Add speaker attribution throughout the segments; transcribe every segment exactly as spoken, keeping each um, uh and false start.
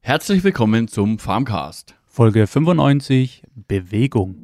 Speaker 1: Herzlich willkommen zum Farmcast.
Speaker 2: Folge fünfundneunzig, Bewegung.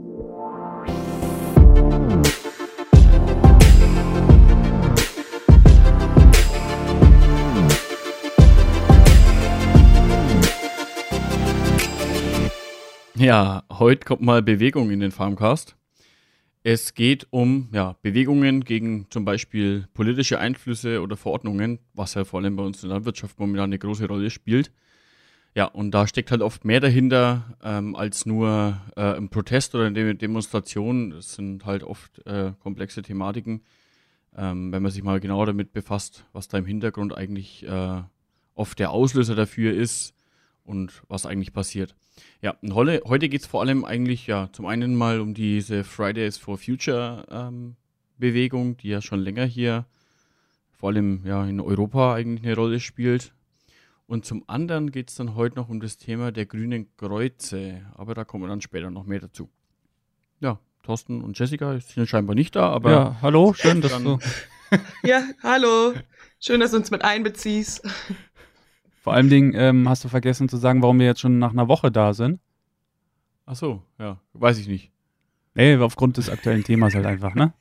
Speaker 1: Ja, heute kommt mal Bewegung in den Farmcast. Es geht um ja, Bewegungen gegen zum Beispiel politische Einflüsse oder Verordnungen, was ja vor allem bei uns in der Landwirtschaft momentan eine große Rolle spielt. Ja, und da steckt halt oft mehr dahinter ähm, als nur äh, ein Protest oder eine Demonstration. Das sind halt oft äh, komplexe Thematiken, ähm, wenn man sich mal genauer damit befasst, was da im Hintergrund eigentlich äh, oft der Auslöser dafür ist und was eigentlich passiert. Ja, und heute, heute geht es vor allem eigentlich ja zum einen mal um diese Fridays for Future ähm, Bewegung, die ja schon länger hier vor allem ja in Europa eigentlich eine Rolle spielt. Und zum anderen geht es dann heute noch um das Thema der grünen Kreuze. Aber da kommen wir dann später noch mehr dazu. Ja, Thorsten und Jessica sind scheinbar nicht da, aber...
Speaker 2: Ja, hallo, schön, dass du...
Speaker 3: Ja, hallo. Schön, dass du uns mit einbeziehst.
Speaker 2: Vor allem Dingen ähm, hast du vergessen zu sagen, warum wir jetzt schon nach einer Woche da sind.
Speaker 1: Ach so, ja, weiß ich nicht.
Speaker 2: Nee, aufgrund des aktuellen Themas halt einfach, ne?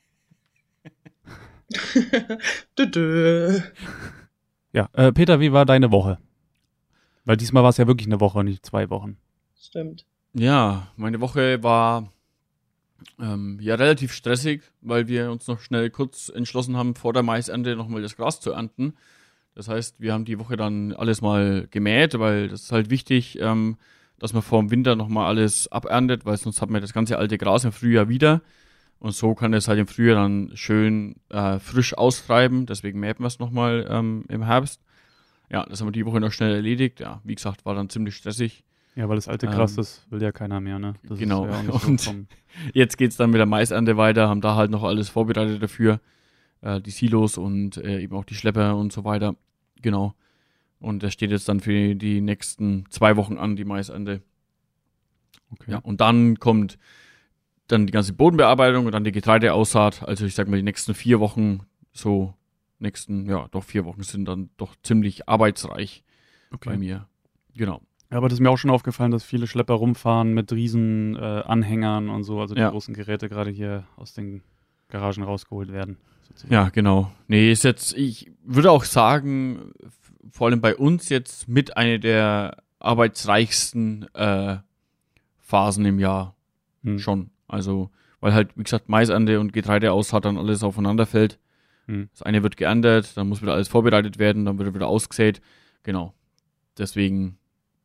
Speaker 3: dö, dö.
Speaker 2: Ja, äh, Peter, wie war deine Woche? Weil diesmal war es ja wirklich eine Woche, nicht zwei Wochen.
Speaker 3: Stimmt.
Speaker 1: Ja, meine Woche war ähm, ja relativ stressig, weil wir uns noch schnell kurz entschlossen haben, vor der Maisernte nochmal das Gras zu ernten. Das heißt, wir haben die Woche dann alles mal gemäht, weil das ist halt wichtig, ähm, dass man vor dem Winter nochmal alles aberntet, weil sonst hat man das ganze alte Gras im Frühjahr wieder. Und so kann es halt im Frühjahr dann schön äh, frisch austreiben. Deswegen mähen wir es nochmal ähm, im Herbst. Ja, das haben wir die Woche noch schnell erledigt. Ja, wie gesagt, war dann ziemlich stressig.
Speaker 2: Ja, weil das alte Gras,
Speaker 1: Ähm,
Speaker 2: das will ja keiner mehr, ne? Das
Speaker 1: genau.
Speaker 2: Ist ja auch nicht so
Speaker 1: Und
Speaker 2: vom-
Speaker 1: jetzt geht's dann mit der Maisernte weiter, haben da halt noch alles vorbereitet dafür. Äh, die Silos und äh, eben auch die Schlepper und so weiter. Genau. Und das steht jetzt dann für die nächsten zwei Wochen an, die Maisernte.
Speaker 2: Okay.
Speaker 1: Ja, und dann kommt dann die ganze Bodenbearbeitung und dann die Getreideaussaat. Also ich sag mal, die nächsten vier Wochen, so nächsten, ja, doch vier Wochen sind dann doch ziemlich arbeitsreich
Speaker 2: Okay.
Speaker 1: bei mir. Genau.
Speaker 2: Ja, aber das ist mir auch schon aufgefallen, dass viele Schlepper rumfahren mit riesen äh, Anhängern und so, also die
Speaker 1: Ja.
Speaker 2: großen Geräte gerade hier aus den Garagen rausgeholt werden. sozusagen.
Speaker 1: Ja, genau. Nee, ist jetzt, ich würde auch sagen, f- vor allem bei uns jetzt mit einer der arbeitsreichsten äh, Phasen im Jahr
Speaker 2: Hm.
Speaker 1: schon. Also, weil halt, wie gesagt, Maisernte und Getreideaussaat dann alles aufeinander fällt.
Speaker 2: Hm.
Speaker 1: Das eine wird geerntet, dann muss wieder alles vorbereitet werden, dann wird wieder ausgesät. Genau. Deswegen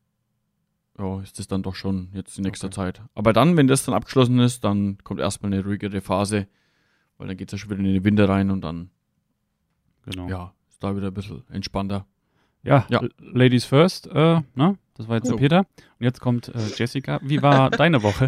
Speaker 1: ja, ist das dann doch schon jetzt in nächster
Speaker 2: Okay.
Speaker 1: Zeit. Aber dann, wenn das dann abgeschlossen ist, dann kommt erstmal eine ruhigere Phase, weil dann geht es ja schon wieder in den Winter rein und dann,
Speaker 2: Genau.
Speaker 1: ja, ist da wieder ein bisschen entspannter.
Speaker 2: Ja,
Speaker 1: Ja.
Speaker 2: L- Ladies first, äh, ne? Das war jetzt
Speaker 1: So.
Speaker 2: Peter. Und jetzt kommt äh, Jessica. Wie war deine Woche?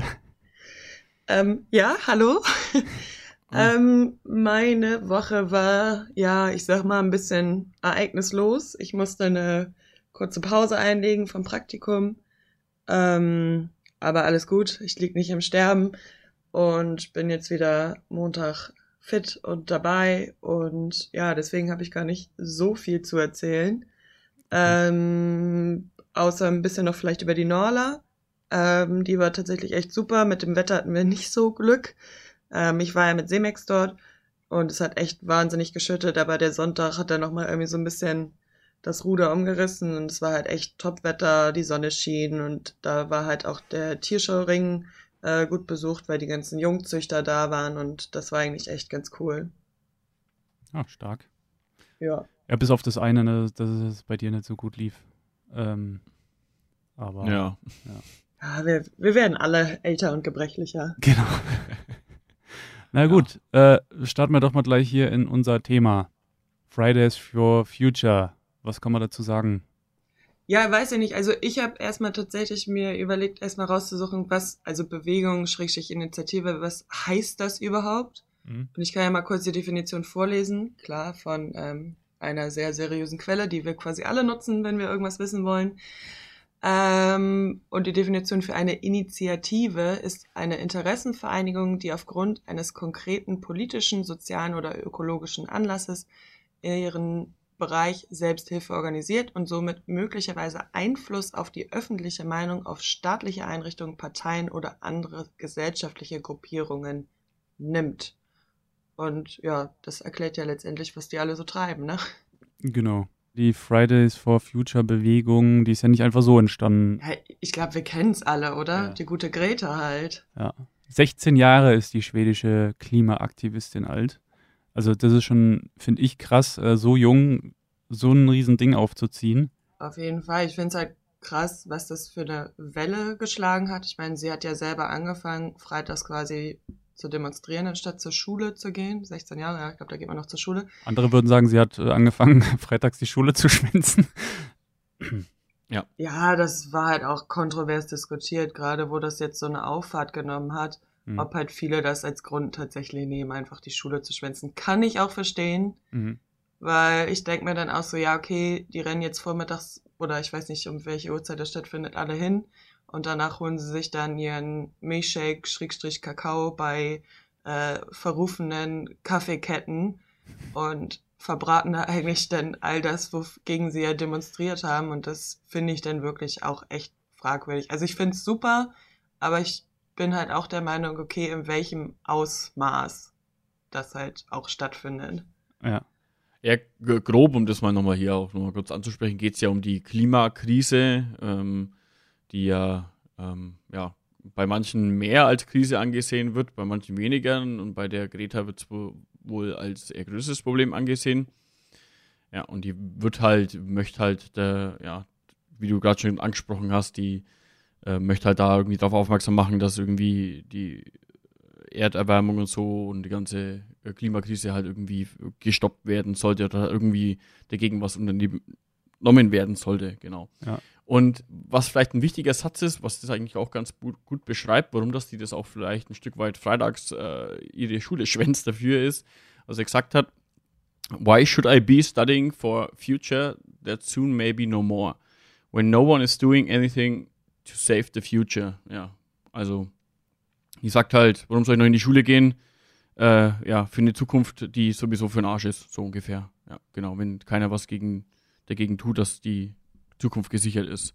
Speaker 3: Ähm, ja, hallo.
Speaker 1: Ah.
Speaker 3: ähm, meine Woche war, ja, ich sag mal, ein bisschen ereignislos. Ich musste eine kurze Pause einlegen vom Praktikum. Ähm, aber alles gut. Ich lieg nicht im Sterben und bin jetzt wieder Montag fit und dabei. Und ja, deswegen habe ich gar nicht so viel zu erzählen. Ähm, außer ein bisschen noch vielleicht über die Norla. Ähm, die war tatsächlich echt super. Mit dem Wetter hatten wir nicht so Glück. Ähm, ich war ja mit Semex dort und es hat echt wahnsinnig geschüttet, aber der Sonntag hat dann nochmal irgendwie so ein bisschen das Ruder umgerissen und es war halt echt Top-Wetter, die Sonne schien und da war halt auch der Tierschauring äh, gut besucht, weil die ganzen Jungzüchter da waren und das war eigentlich echt ganz cool.
Speaker 2: Ah, stark.
Speaker 3: Ja.
Speaker 2: Ja, bis auf das eine, ne, dass es bei dir nicht so gut lief. Ähm, aber
Speaker 1: Ja.
Speaker 3: Ja, wir, wir werden alle älter und gebrechlicher.
Speaker 2: genau. Na gut, äh, starten wir doch mal gleich hier in unser Thema. Fridays for Future. Was kann man dazu sagen?
Speaker 3: Ja, weiß ich nicht. Also ich habe erstmal tatsächlich mir überlegt, erstmal rauszusuchen, was, also Bewegung, Schrägstrich Initiative, was heißt das überhaupt?
Speaker 2: Hm?
Speaker 3: Und ich kann ja mal kurz die Definition vorlesen, klar, von ähm, einer sehr seriösen Quelle, die wir quasi alle nutzen, wenn wir irgendwas wissen wollen. Ähm, und die Definition für eine Initiative ist eine Interessenvereinigung, die aufgrund eines konkreten politischen, sozialen oder ökologischen Anlasses ihren Bereich Selbsthilfe organisiert und somit möglicherweise Einfluss auf die öffentliche Meinung, auf staatliche Einrichtungen, Parteien oder andere gesellschaftliche Gruppierungen nimmt. Und ja, das erklärt ja letztendlich, was die alle so treiben, ne?
Speaker 2: Genau. Die Fridays for Future Bewegung, die ist ja nicht einfach so entstanden.
Speaker 3: Ja, ich glaube, wir kennen es alle, oder?
Speaker 2: Ja.
Speaker 3: Die gute Greta halt.
Speaker 2: Ja. sechzehn Jahre ist die schwedische Klimaaktivistin alt. Also das ist schon, finde ich, krass, äh, so jung so ein Riesending aufzuziehen.
Speaker 3: Auf jeden Fall. Ich finde es halt krass, was das für eine Welle geschlagen hat. Ich meine, sie hat ja selber angefangen, freitags quasi zu demonstrieren, anstatt zur Schule zu gehen. sechzehn Jahre, ja, ich glaube, da geht man noch zur Schule.
Speaker 2: Andere würden sagen, sie hat äh, angefangen, freitags die Schule zu schwänzen.
Speaker 1: Ja.
Speaker 3: Ja, das war halt auch kontrovers diskutiert, gerade wo das jetzt so eine Auffahrt genommen hat. Mhm. Ob halt viele das als Grund tatsächlich nehmen, einfach die Schule zu schwänzen. Kann ich auch verstehen, mhm. weil ich denke mir dann auch so, ja, okay, die rennen jetzt vormittags oder ich weiß nicht, um welche Uhrzeit das stattfindet, alle hin und danach holen sie sich dann ihren Milchshake, Schrägstrich Kakao bei äh, verrufenen Kaffeeketten und verbraten da eigentlich dann all das, wogegen sie ja demonstriert haben und das finde ich dann wirklich auch echt fragwürdig. Also ich finde es super, aber ich bin halt auch der Meinung, okay, in welchem Ausmaß das halt auch stattfindet.
Speaker 2: Ja.
Speaker 1: Ja, g- grob, um das mal nochmal hier auch nochmal kurz anzusprechen, geht es ja um die Klimakrise, ähm, die ja, ähm, ja bei manchen mehr als Krise angesehen wird, bei manchen weniger und bei der Greta wird es wohl, wohl als eher größeres Problem angesehen. Ja, und die wird halt, möchte halt, der, ja, wie du gerade schon angesprochen hast, die äh, möchte halt da irgendwie darauf aufmerksam machen, dass irgendwie die Erderwärmung und so und die ganze Klimakrise halt irgendwie gestoppt werden sollte oder irgendwie dagegen was unternommen werden sollte, genau.
Speaker 2: Ja.
Speaker 1: Und was vielleicht ein wichtiger Satz ist, was das eigentlich auch ganz gut, gut beschreibt, warum das die das auch vielleicht ein Stück weit freitags äh, ihre Schule schwänzt dafür ist, was er gesagt hat, why should I be studying for future that soon may be no more, when no one is doing anything to save the future? Ja, also die sagt halt, warum soll ich noch in die Schule gehen? Äh, ja, für eine Zukunft, die sowieso für den Arsch ist, so ungefähr. Ja, genau, wenn keiner was gegen, dagegen tut, dass die Zukunft gesichert ist.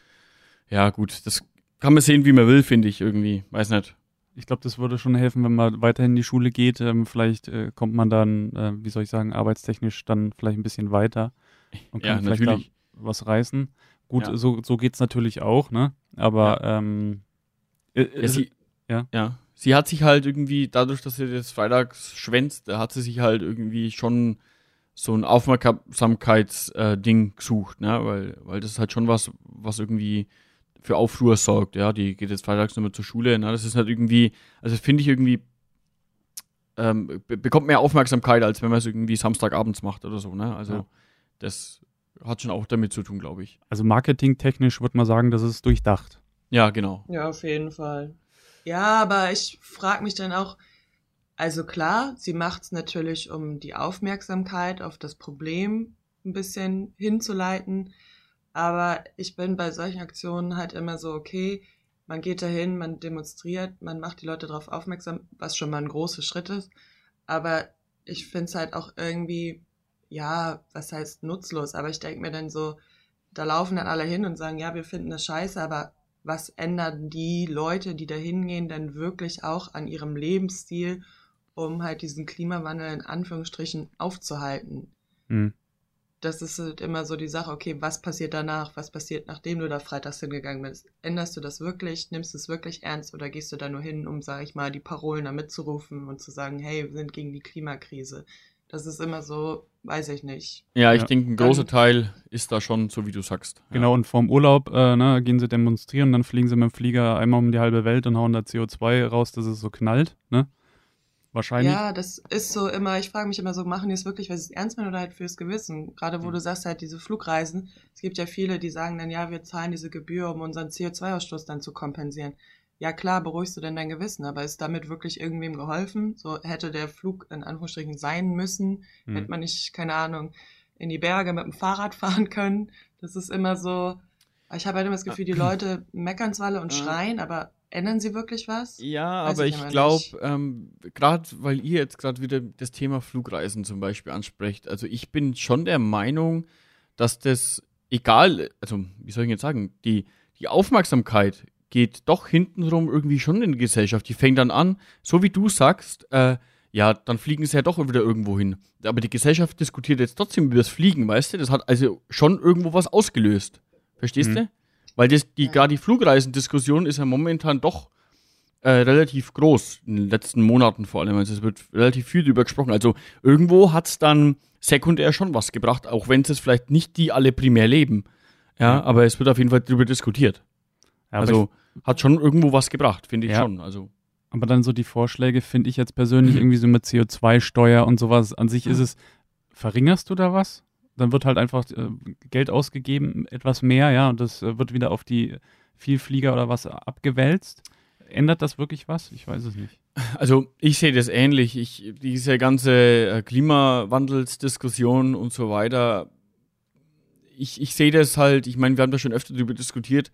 Speaker 1: Ja, gut, das kann man sehen, wie man will, finde ich irgendwie. Weiß nicht.
Speaker 2: Ich glaube, das würde schon helfen, wenn man weiterhin in die Schule geht. Ähm, vielleicht äh, kommt man dann, äh, wie soll ich sagen, arbeitstechnisch dann vielleicht ein bisschen weiter und kann
Speaker 1: Ja,
Speaker 2: vielleicht
Speaker 1: natürlich.
Speaker 2: da was reißen. Gut,
Speaker 1: Ja.
Speaker 2: so, so geht's natürlich auch, ne? Aber ähm, äh,
Speaker 1: Ja, sie,
Speaker 2: ja.
Speaker 1: ja, sie hat sich halt irgendwie, dadurch, dass sie das freitags schwänzt, da hat sie sich halt irgendwie schon so ein Aufmerksamkeitsding äh, gesucht, ne, weil, weil das ist halt schon was, was irgendwie für Aufruhr sorgt, ja, die geht jetzt freitags nicht mehr zur Schule, ne, das ist halt irgendwie, also finde ich irgendwie, ähm, be- bekommt mehr Aufmerksamkeit, als wenn man es irgendwie Samstagabends macht oder so, ne, also
Speaker 2: Ja.
Speaker 1: das hat schon auch damit zu tun, glaube ich.
Speaker 2: Also marketingtechnisch würde man sagen, das ist durchdacht.
Speaker 1: Ja, genau.
Speaker 3: Ja, auf jeden Fall. Ja, aber ich frage mich dann auch, also klar, sie macht es natürlich, um die Aufmerksamkeit auf das Problem ein bisschen hinzuleiten, aber ich bin bei solchen Aktionen halt immer so, okay, man geht dahin, man demonstriert, man macht die Leute darauf aufmerksam, was schon mal ein großer Schritt ist, aber ich finde es halt auch irgendwie, ja, was heißt nutzlos, aber ich denke mir dann so, da laufen dann alle hin und sagen, ja, wir finden das scheiße, aber was ändern die Leute, die da hingehen, dann wirklich auch an ihrem Lebensstil, um halt diesen Klimawandel in Anführungsstrichen aufzuhalten?
Speaker 2: Hm.
Speaker 3: Das ist halt immer so die Sache, okay, was passiert danach? Was passiert, nachdem du da freitags hingegangen bist? Änderst du das wirklich? Nimmst du es wirklich ernst? Oder gehst du da nur hin, um, sag ich mal, die Parolen da mitzurufen und zu sagen, hey, wir sind gegen die Klimakrise? Das ist immer so, weiß ich nicht.
Speaker 1: Ja, ich
Speaker 2: Ja.
Speaker 1: denke, ein großer
Speaker 3: Dann-
Speaker 1: Teil ist da schon so, wie du sagst. Ja.
Speaker 2: Genau, und vorm Urlaub äh, ne, gehen sie demonstrieren, dann fliegen sie mit dem Flieger einmal um die halbe Welt und hauen da C O zwei raus, dass es so knallt, ne? Wahrscheinlich.
Speaker 3: Ja, das ist so immer, ich frage mich immer so, machen die es wirklich, weil sie es ernst meinen oder halt fürs Gewissen? Gerade wo
Speaker 1: Mhm.
Speaker 3: du sagst, halt diese Flugreisen, es gibt ja viele, die sagen dann, ja, wir zahlen diese Gebühr, um unseren C O zwei Ausstoß dann zu kompensieren. Ja klar, beruhigst du denn dein Gewissen, aber ist damit wirklich irgendwem geholfen? So hätte der Flug in Anführungsstrichen sein müssen,
Speaker 2: Hm.
Speaker 3: hätte man nicht, keine Ahnung, in die Berge mit dem Fahrrad fahren können. Das ist immer so, ich habe halt immer das Gefühl, die Leute meckern zwar alle und
Speaker 1: Ja.
Speaker 3: schreien, aber ändern sie wirklich was?
Speaker 1: Ja,
Speaker 3: Weiß
Speaker 1: aber
Speaker 3: ich
Speaker 1: ich
Speaker 3: aber
Speaker 1: glaube,
Speaker 3: nicht.
Speaker 1: ähm, gerade weil ihr jetzt gerade wieder das Thema Flugreisen zum Beispiel ansprecht, also ich bin schon der Meinung, dass das egal, also wie soll ich jetzt sagen, die, die Aufmerksamkeit geht doch hintenrum irgendwie schon in die Gesellschaft. Die fängt dann an, so wie du sagst, äh, ja, dann fliegen sie ja doch wieder irgendwo hin. Aber die Gesellschaft diskutiert jetzt trotzdem über das Fliegen, weißt du? Das hat also schon irgendwo was ausgelöst. Verstehst
Speaker 2: Mhm.
Speaker 1: du? Weil das, die,
Speaker 3: Ja.
Speaker 1: gerade die Flugreisendiskussion ist ja momentan doch äh, relativ groß, in den letzten Monaten vor allem. Also es wird relativ viel drüber gesprochen. Also irgendwo hat es dann sekundär schon was gebracht, auch wenn es vielleicht nicht die alle primär leben. Ja,
Speaker 2: Ja.
Speaker 1: aber es wird auf jeden Fall drüber diskutiert.
Speaker 2: Ja, aber
Speaker 1: Also hat schon irgendwo was gebracht, finde ich
Speaker 2: Ja.
Speaker 1: schon. Also
Speaker 2: Aber dann so die Vorschläge finde ich jetzt persönlich irgendwie so mit C O zwei Steuer und sowas. An sich ist es, verringerst du da was? Dann wird halt einfach äh, Geld ausgegeben, etwas mehr, ja, und das äh, wird wieder auf die Vielflieger oder was abgewälzt. Ändert das wirklich was? Ich weiß es nicht.
Speaker 1: Also ich sehe das ähnlich. Ich, diese ganze äh, Klimawandelsdiskussion und so weiter, ich, ich sehe das halt, ich meine, wir haben da schon öfter darüber diskutiert,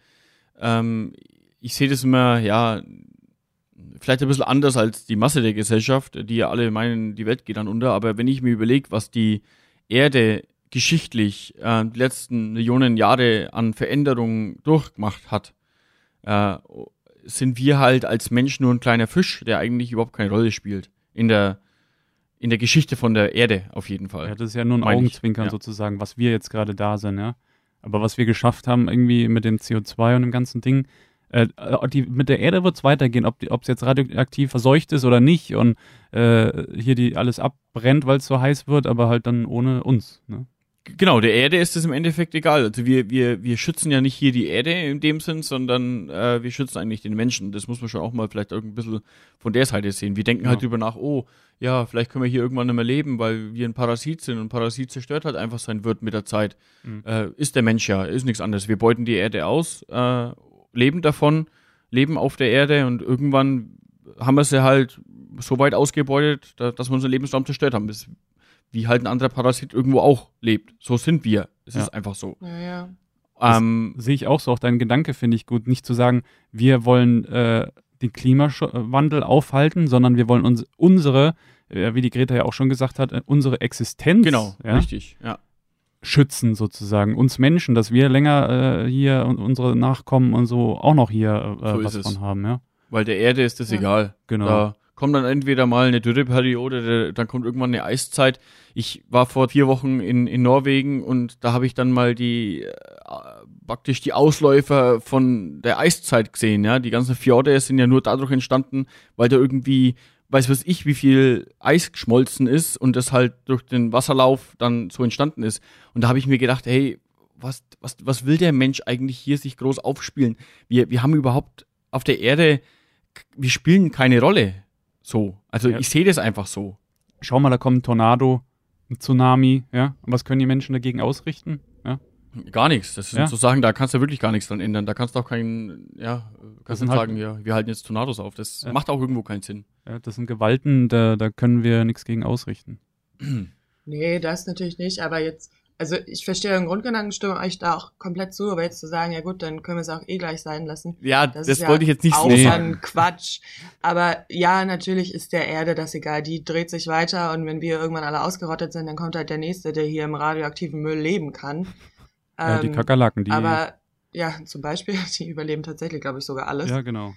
Speaker 1: ähm, ich sehe das immer, ja, vielleicht ein bisschen anders als die Masse der Gesellschaft, die ja alle meinen, die Welt geht dann unter, aber wenn ich mir überlege, was die Erde geschichtlich äh, die letzten Millionen Jahre an Veränderungen durchgemacht hat, äh, sind wir halt als Mensch nur ein kleiner Fisch, der eigentlich überhaupt keine Rolle spielt. In der, in der Geschichte von der Erde auf jeden Fall.
Speaker 2: Ja, das ist ja nur ein
Speaker 1: Meine ich,
Speaker 2: Augenzwinkern
Speaker 1: ja.
Speaker 2: sozusagen, was wir jetzt gerade da sind, ja. Aber was wir geschafft haben, irgendwie mit dem C O zwei und dem ganzen Ding, äh, die, mit der Erde wird es weitergehen, ob es jetzt radioaktiv verseucht ist oder nicht und äh, hier die alles abbrennt, weil es so heiß wird, aber halt dann ohne uns, ne?
Speaker 1: Genau, der Erde ist es im Endeffekt egal. Also wir, wir, wir schützen ja nicht hier die Erde in dem Sinn, sondern äh, wir schützen eigentlich den Menschen. Das muss man schon auch mal vielleicht ein bisschen von der Seite sehen. Wir denken
Speaker 2: Ja.
Speaker 1: halt drüber nach, oh, ja, vielleicht können wir hier irgendwann nicht mehr leben, weil wir ein Parasit sind und ein Parasit zerstört halt einfach sein Wirt mit der Zeit.
Speaker 2: Mhm.
Speaker 1: Äh, ist der Mensch ja, ist nichts anderes. Wir beuten die Erde aus, äh, leben davon, leben auf der Erde und irgendwann haben wir sie halt so weit ausgebeutet, da, dass wir unseren Lebensraum zerstört haben. Das, wie halt ein anderer Parasit irgendwo auch lebt. So sind wir. Es
Speaker 2: Ja.
Speaker 1: ist einfach so.
Speaker 3: Ja, ja.
Speaker 1: Ähm,
Speaker 2: Sehe ich auch so, auch dein Gedanke finde ich gut, nicht zu sagen, wir wollen äh, den Klimawandel aufhalten, sondern wir wollen uns, unsere, äh, wie die Greta ja auch schon gesagt hat, äh, unsere Existenz
Speaker 1: genau,
Speaker 2: ja,
Speaker 1: richtig. Ja.
Speaker 2: schützen sozusagen. Uns Menschen, dass wir länger äh, hier und unsere Nachkommen und so auch noch hier äh,
Speaker 1: So
Speaker 2: was
Speaker 1: ist es.
Speaker 2: von haben, ja.
Speaker 1: Weil der Erde ist das
Speaker 3: Ja.
Speaker 1: egal.
Speaker 2: Genau.
Speaker 1: Da kommt dann entweder mal eine Dürreperiode, der- dann kommt irgendwann eine Eiszeit. Ich war vor vier Wochen in, in Norwegen und da habe ich dann mal die äh, praktisch die Ausläufer von der Eiszeit gesehen. Ja, die ganzen Fjorde sind ja nur dadurch entstanden, weil da irgendwie, weiß was ich, wie viel Eis geschmolzen ist und das halt durch den Wasserlauf dann so entstanden ist. Und da habe ich mir gedacht, hey, was, was, was will der Mensch eigentlich hier sich groß aufspielen? Wir, wir haben überhaupt auf der Erde, wir spielen keine Rolle. So. Also
Speaker 2: Ja.
Speaker 1: ich sehe das einfach so.
Speaker 2: Schau mal, da kommt ein Tornado, ein Tsunami, ja. Und was können die Menschen dagegen ausrichten? Ja.
Speaker 1: Gar nichts. Das sind
Speaker 2: Ja.
Speaker 1: so Sachen, da kannst du wirklich gar nichts dran ändern. Da kannst du auch keinen, ja, kannst
Speaker 2: sind
Speaker 1: du
Speaker 2: halt-
Speaker 1: sagen, ja, wir halten jetzt Tornados auf. Das
Speaker 2: Ja.
Speaker 1: macht auch irgendwo keinen Sinn.
Speaker 2: Ja, das sind Gewalten, da, da können wir nichts gegen ausrichten.
Speaker 3: Nee, das natürlich nicht, aber jetzt, also ich verstehe den Grundgedanken, stimme euch da auch komplett zu, aber jetzt zu sagen, ja gut, dann können wir es auch eh gleich sein lassen.
Speaker 1: Ja,
Speaker 3: Das,
Speaker 1: das,
Speaker 3: ist ja
Speaker 1: wollte ich jetzt nicht
Speaker 3: auch
Speaker 1: so
Speaker 2: Nee.
Speaker 1: sagen.
Speaker 3: dann Quatsch. Aber ja, natürlich ist der Erde das egal. Die dreht sich weiter und wenn wir irgendwann alle ausgerottet sind, dann kommt halt der Nächste, der hier im radioaktiven Müll leben kann.
Speaker 2: Ja, die
Speaker 3: Ähm,
Speaker 2: Kakerlaken, die.
Speaker 3: Aber ja, zum Beispiel, die überleben tatsächlich, glaube ich, sogar alles.
Speaker 2: ja, genau.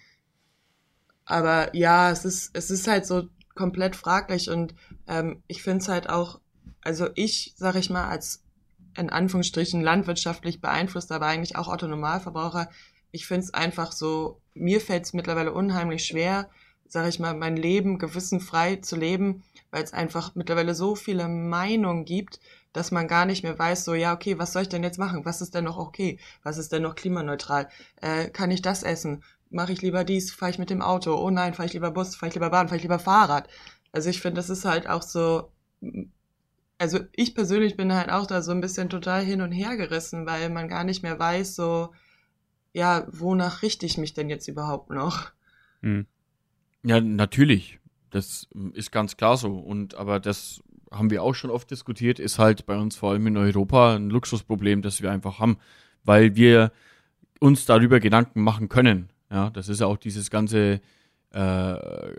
Speaker 3: Aber ja, es ist, es ist halt so komplett fraglich und ähm, ich finde es halt auch, also ich, sag ich mal, als in Anführungsstrichen landwirtschaftlich beeinflusst, aber eigentlich auch Autonomalverbraucher, ich finde es einfach so, mir fällt es mittlerweile unheimlich schwer, sag ich mal, mein Leben gewissenfrei zu leben, weil es einfach mittlerweile so viele Meinungen gibt, dass man gar nicht mehr weiß, so, ja, okay, was soll ich denn jetzt machen? Was ist denn noch okay? Was ist denn noch klimaneutral? Äh, kann ich das essen? Mache ich lieber dies? Fahre ich mit dem Auto? Oh nein, fahre ich lieber Bus? Fahre ich lieber Bahn? Fahre ich lieber Fahrrad? Also ich finde, das ist halt auch so, also ich persönlich bin halt auch da so ein bisschen total hin und her gerissen, weil man gar nicht mehr weiß, so, ja, wonach richte ich mich denn jetzt überhaupt noch?
Speaker 2: Hm.
Speaker 1: Ja, natürlich. Das ist ganz klar so. Und aber das haben wir auch schon oft diskutiert, ist halt bei uns vor allem in Europa ein Luxusproblem, das wir einfach haben, weil wir uns darüber Gedanken machen können. Ja, das ist ja auch dieses ganze äh,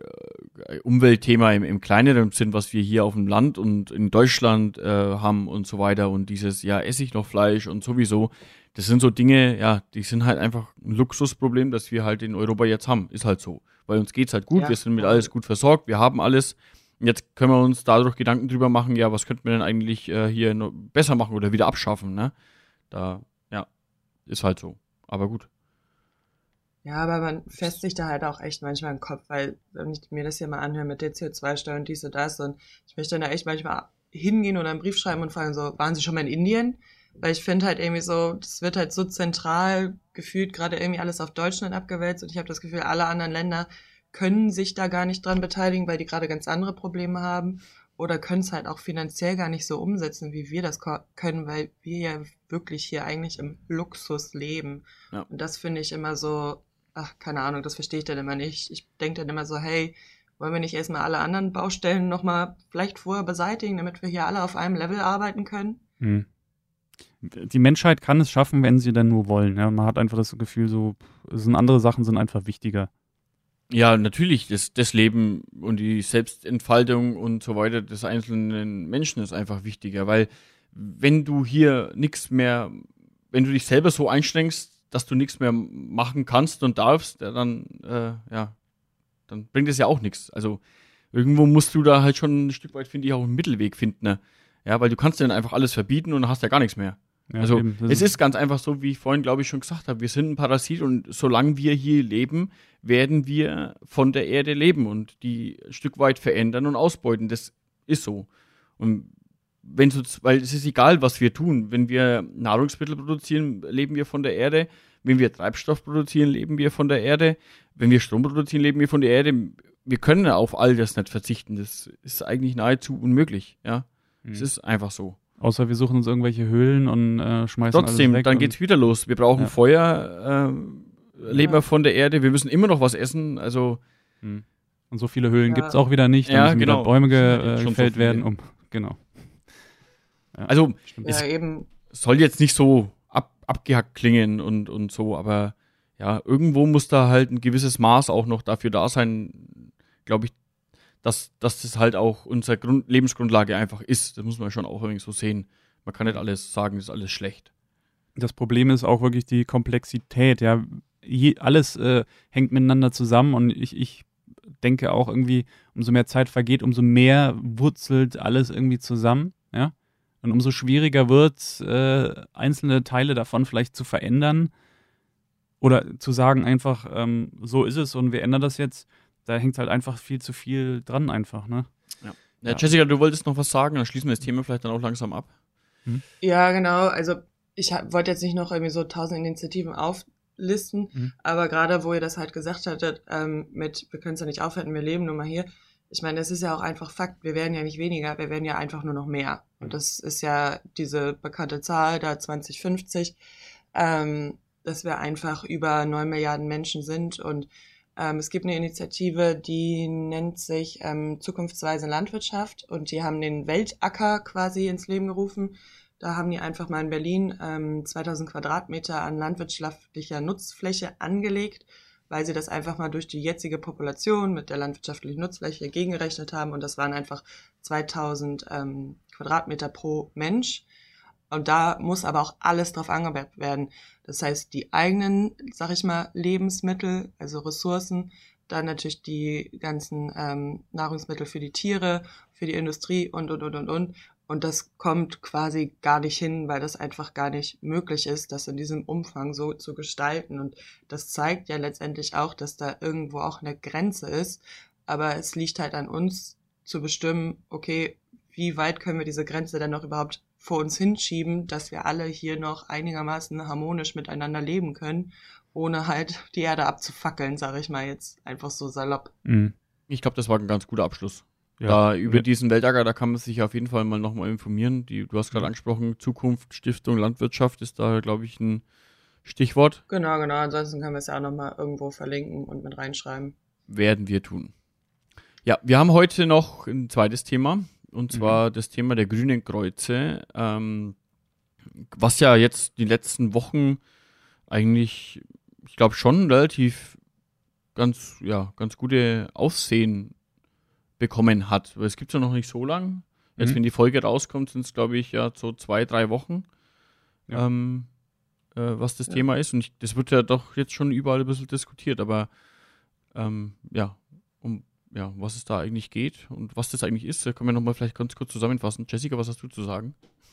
Speaker 1: Umweltthema im, im kleineren Sinn, was wir hier auf dem Land und in Deutschland äh, haben und so weiter. Und dieses, ja, esse ich noch Fleisch und sowieso. Das sind so Dinge, ja, die sind halt einfach ein Luxusproblem, das wir halt in Europa jetzt haben. Ist halt so. Weil uns geht's halt gut,
Speaker 3: Ja.
Speaker 1: wir sind mit alles gut versorgt, wir haben alles. Und jetzt können wir uns dadurch Gedanken drüber machen, ja, was könnten wir denn eigentlich äh, hier noch besser machen oder wieder abschaffen, ne? Da, ja, ist halt so. Aber gut.
Speaker 3: Ja, aber man fässt sich da halt auch echt manchmal im Kopf, weil wenn ich mir das hier mal anhöre mit der C O zwei Steuer und dies und das und ich möchte dann da echt manchmal hingehen oder einen Brief schreiben und fragen so, waren Sie schon mal in Indien? Weil ich finde halt irgendwie so, das wird halt so zentral gefühlt gerade irgendwie alles auf Deutschland abgewälzt und ich habe das Gefühl, alle anderen Länder können sich da gar nicht dran beteiligen, weil die gerade ganz andere Probleme haben oder können es halt auch finanziell gar nicht so umsetzen, wie wir das ko- können, weil wir ja wirklich hier eigentlich im Luxus leben.
Speaker 1: Ja.
Speaker 3: Und das finde ich immer so, ach, keine Ahnung, das verstehe ich dann immer nicht. Ich denke dann immer so, hey, wollen wir nicht erstmal alle anderen Baustellen nochmal vielleicht vorher beseitigen, damit wir hier alle auf einem Level arbeiten können?
Speaker 2: Hm. Die Menschheit kann es schaffen, wenn sie denn nur wollen. Ja, man hat einfach das Gefühl, so es sind andere Sachen sind einfach wichtiger.
Speaker 1: Ja, natürlich, das, das Leben und die Selbstentfaltung und so weiter des einzelnen Menschen ist einfach wichtiger, weil wenn du hier nichts mehr, wenn du dich selber so einschränkst, dass du nichts mehr machen kannst und darfst, ja, dann, äh, ja, dann bringt es ja auch nichts. Also irgendwo musst du da halt schon ein Stück weit, finde ich, auch einen Mittelweg finden, ne? Ja, weil du kannst dir dann einfach alles verbieten und hast ja gar nichts mehr.
Speaker 2: Ja,
Speaker 1: also
Speaker 2: eben, das
Speaker 1: es ist ganz einfach so, wie ich vorhin, glaube ich, schon gesagt habe, wir sind ein Parasit und solange wir hier leben, werden wir von der Erde leben und die ein Stück weit verändern und ausbeuten. Das ist so. Und wenn so, weil es ist egal, was wir tun. Wenn wir Nahrungsmittel produzieren, leben wir von der Erde. Wenn wir Treibstoff produzieren, leben wir von der Erde. Wenn wir Strom produzieren, leben wir von der Erde. Wir können auf all das nicht verzichten. Das ist eigentlich nahezu unmöglich. Ja, es
Speaker 2: Mhm.
Speaker 1: ist einfach so.
Speaker 2: Außer wir suchen uns irgendwelche Höhlen und äh, schmeißen
Speaker 1: Trotzdem,
Speaker 2: alles weg.
Speaker 1: dann
Speaker 2: und-
Speaker 1: geht's wieder los. Wir brauchen
Speaker 2: Ja.
Speaker 1: Feuer, äh, leben
Speaker 3: Ja.
Speaker 1: wir von der Erde. Wir müssen immer noch was essen. Also
Speaker 2: Hm. Und so viele Höhlen
Speaker 3: Ja.
Speaker 2: gibt es auch wieder nicht. Da
Speaker 1: Ja,
Speaker 2: müssen wieder
Speaker 1: genau.
Speaker 2: Bäume ge
Speaker 1: Ja,
Speaker 2: äh,
Speaker 1: schon so
Speaker 2: gefällt
Speaker 1: viele.
Speaker 2: werden. Um, genau. Ja,
Speaker 1: Also
Speaker 2: stimmt.
Speaker 1: Es-
Speaker 3: Ja, eben.
Speaker 1: soll jetzt nicht so ab, abgehackt klingen und, und so, aber ja, irgendwo muss da halt ein gewisses Maß auch noch dafür da sein, glaube ich, dass, dass das halt auch unsere Grund, Lebensgrundlage einfach ist. Das muss man schon auch irgendwie so sehen. Man kann nicht alles sagen, das ist alles schlecht.
Speaker 2: Das Problem ist auch wirklich die Komplexität. Ja, Je, alles äh, hängt miteinander zusammen und ich, ich denke auch irgendwie, umso mehr Zeit vergeht, umso mehr wurzelt alles irgendwie zusammen. Ja, und umso schwieriger wird es, äh, einzelne Teile davon vielleicht zu verändern oder zu sagen einfach, ähm, so ist es und wir ändern das jetzt. Da hängt halt einfach viel zu viel dran einfach, ne?
Speaker 1: Ja,
Speaker 2: Ja.
Speaker 1: Jessica, du wolltest noch was sagen, dann schließen wir das Thema vielleicht dann auch langsam ab.
Speaker 3: Ja, genau. Also ich hab- wollte jetzt nicht noch irgendwie so tausend Initiativen auflisten,
Speaker 2: Mhm.
Speaker 3: aber gerade wo ihr das halt gesagt hattet, ähm, mit wir können es ja nicht aufhalten, wir leben nun mal hier. Ich meine, das ist ja auch einfach Fakt. Wir werden ja nicht weniger, wir werden ja einfach nur noch mehr. Und das ist ja diese bekannte Zahl da zwanzig fünfzig, ähm, dass wir einfach über neun Milliarden Menschen sind und ähm, es gibt eine Initiative, die nennt sich ähm, Zukunftsweise Landwirtschaft und die haben den Weltacker quasi ins Leben gerufen. Da haben die einfach mal in Berlin ähm, zweitausend Quadratmeter an landwirtschaftlicher Nutzfläche angelegt, weil sie das einfach mal durch die jetzige Population mit der landwirtschaftlichen Nutzfläche gegengerechnet haben und das waren einfach zweitausend ähm, Quadratmeter pro Mensch. Und da muss aber auch alles drauf angewendet werden. Das heißt, die eigenen, sag ich mal, Lebensmittel, also Ressourcen, dann natürlich die ganzen ähm, Nahrungsmittel für die Tiere, für die Industrie und, und, und, und, und. Und das kommt quasi gar nicht hin, weil das einfach gar nicht möglich ist, das in diesem Umfang so zu gestalten. Und das zeigt ja letztendlich auch, dass da irgendwo auch eine Grenze ist. Aber es liegt halt an uns zu bestimmen, okay, wie weit können wir diese Grenze dann noch überhaupt vor uns hinschieben, dass wir alle hier noch einigermaßen harmonisch miteinander leben können, ohne halt die Erde abzufackeln, sage ich mal jetzt einfach so salopp.
Speaker 2: Mhm.
Speaker 1: Ich glaube, das war ein ganz guter Abschluss.
Speaker 2: Ja.
Speaker 1: Da über
Speaker 2: Wir-
Speaker 1: diesen Weltacker, da kann man sich auf jeden Fall mal nochmal informieren. Die, du hast gerade
Speaker 2: Mhm.
Speaker 1: angesprochen, Zukunft, Stiftung, Landwirtschaft ist da, glaube ich, ein Stichwort.
Speaker 3: Genau, genau, ansonsten können wir es ja auch nochmal irgendwo verlinken und mit reinschreiben.
Speaker 1: Werden wir tun. Ja, wir haben heute noch ein zweites Thema, und zwar das Thema der grünen Kreuze, ähm, was ja jetzt die letzten Wochen eigentlich, ich glaube, schon relativ ganz, ja, ganz gute Aufsehen bekommen hat. Weil es gibt es ja noch nicht so lang. Jetzt,
Speaker 2: Mhm.
Speaker 1: wenn die Folge rauskommt, sind es, glaube ich, ja so zwei, drei Wochen,
Speaker 2: Ja.
Speaker 1: ähm, äh, was das
Speaker 3: Ja.
Speaker 1: Thema ist. Und ich, das wird ja doch jetzt schon überall ein bisschen diskutiert. Aber ähm, ja, um ja, was es da eigentlich geht und was das eigentlich ist, können wir nochmal vielleicht ganz kurz zusammenfassen. Jessica, was hast du zu sagen?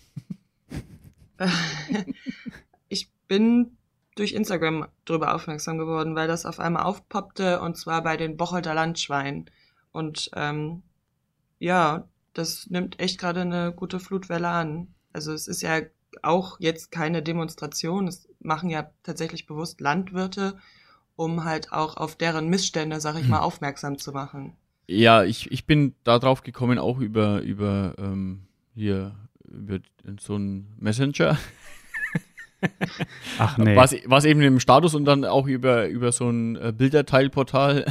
Speaker 3: Ich bin durch Instagram drüber aufmerksam geworden, weil das auf einmal aufpoppte, und zwar bei den Bocholter Landschweinen. Und ähm, ja, das nimmt echt gerade eine gute Flutwelle an. Also es ist ja auch jetzt keine Demonstration, es machen ja tatsächlich bewusst Landwirte, um halt auch auf deren Missstände, sag ich mal, aufmerksam zu machen.
Speaker 1: Ja, ich, ich bin da drauf gekommen, auch über, über ähm, hier, über so einen Messenger.
Speaker 2: Ach nee.
Speaker 1: Was, was eben im Status und dann auch über, über so ein äh, Bilderteilportal.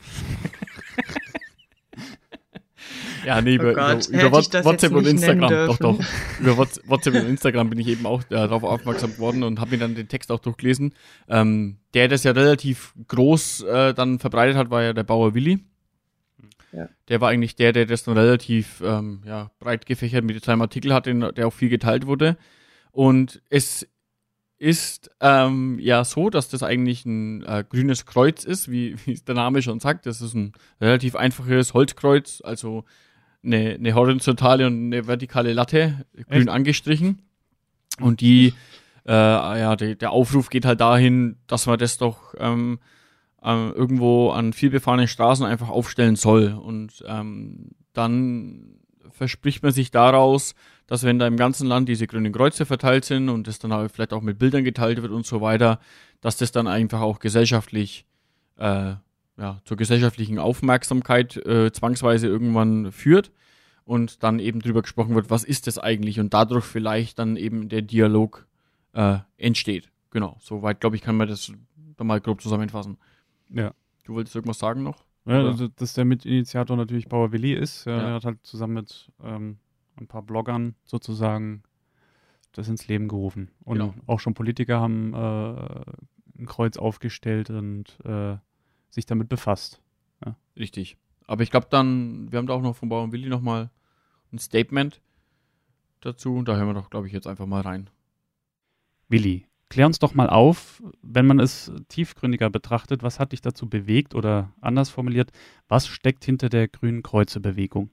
Speaker 1: Ja, nee, über,
Speaker 3: Oh Gott,
Speaker 1: über,
Speaker 3: hätte
Speaker 1: über
Speaker 3: ich das
Speaker 1: WhatsApp
Speaker 3: jetzt
Speaker 1: und
Speaker 3: nicht nennen
Speaker 1: Instagram. Doch, doch.
Speaker 3: dürfen.
Speaker 1: Über WhatsApp und Instagram bin ich eben auch äh, darauf aufmerksam geworden und habe mir dann den Text auch durchgelesen. Ähm, der das ja relativ groß äh, dann verbreitet hat, war ja der Bauer Willi.
Speaker 3: Ja.
Speaker 1: Der war eigentlich der, der das dann relativ ähm, ja, breit gefächert mit seinem Artikel hat, der auch viel geteilt wurde. Und es ist ähm, ja so, dass das eigentlich ein äh, grünes Kreuz ist, wie, wie es der Name schon sagt. Das ist ein relativ einfaches Holzkreuz, also eine, eine horizontale und eine vertikale Latte, grün
Speaker 2: Echt?
Speaker 1: angestrichen. Und die, äh, ja, die, der Aufruf geht halt dahin, dass man das doch ähm, ähm, irgendwo an vielbefahrenen Straßen einfach aufstellen soll. Und ähm, dann verspricht man sich daraus, dass wenn da im ganzen Land diese grünen Kreuze verteilt sind und das dann halt vielleicht auch mit Bildern geteilt wird und so weiter, dass das dann einfach auch gesellschaftlich, äh, ja, zur gesellschaftlichen Aufmerksamkeit äh, zwangsweise irgendwann führt und dann eben drüber gesprochen wird, was ist das eigentlich und dadurch vielleicht dann eben der Dialog äh, entsteht. Genau, soweit, glaube ich, kann man das dann mal grob zusammenfassen.
Speaker 2: Ja.
Speaker 1: Du wolltest irgendwas sagen noch?
Speaker 2: Ja,
Speaker 1: Oder?
Speaker 2: also, dass der Mitinitiator natürlich Bauer Willi ist. Ja,
Speaker 1: Ja.
Speaker 2: Er hat halt zusammen mit ähm, ein paar Bloggern sozusagen das ins Leben gerufen. Und
Speaker 1: Genau.
Speaker 2: auch schon Politiker haben äh, ein Kreuz aufgestellt und äh, sich damit befasst.
Speaker 1: Richtig. Aber ich glaube dann, wir haben da auch noch von Bauer Willi nochmal ein Statement dazu. Da hören wir doch, glaube ich, jetzt einfach mal rein.
Speaker 2: Willi, klär uns doch mal auf, wenn man es tiefgründiger betrachtet, was hat dich dazu bewegt oder anders formuliert, was steckt hinter der Grünen Kreuze-Bewegung?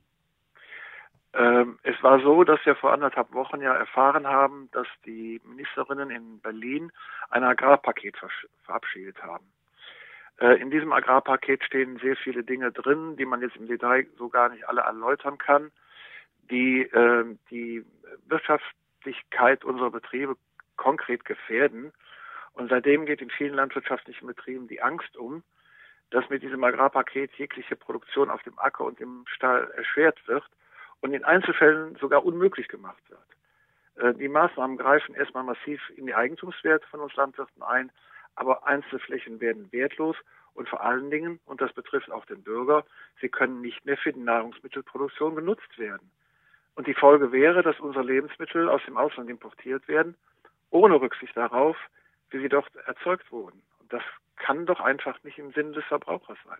Speaker 4: Ähm, es war so, dass wir vor anderthalb Wochen ja erfahren haben, dass die Ministerinnen in Berlin ein Agrarpaket versch- verabschiedet haben. Äh, in diesem Agrarpaket stehen sehr viele Dinge drin, die man jetzt im Detail so gar nicht alle erläutern kann, die äh, die Wirtschaftlichkeit unserer Betriebe konkret gefährden. Und seitdem geht in vielen landwirtschaftlichen Betrieben die Angst um, dass mit diesem Agrarpaket jegliche Produktion auf dem Acker und im Stall erschwert wird und in Einzelfällen sogar unmöglich gemacht wird. Äh, die Maßnahmen greifen erstmal massiv in die Eigentumswerte von uns Landwirten ein, aber Einzelflächen werden wertlos und vor allen Dingen, und das betrifft auch den Bürger, sie können nicht mehr für die Nahrungsmittelproduktion genutzt werden. Und die Folge wäre, dass unsere Lebensmittel aus dem Ausland importiert werden, ohne Rücksicht darauf, wie sie dort erzeugt wurden. Und das kann doch einfach nicht im Sinne des Verbrauchers sein.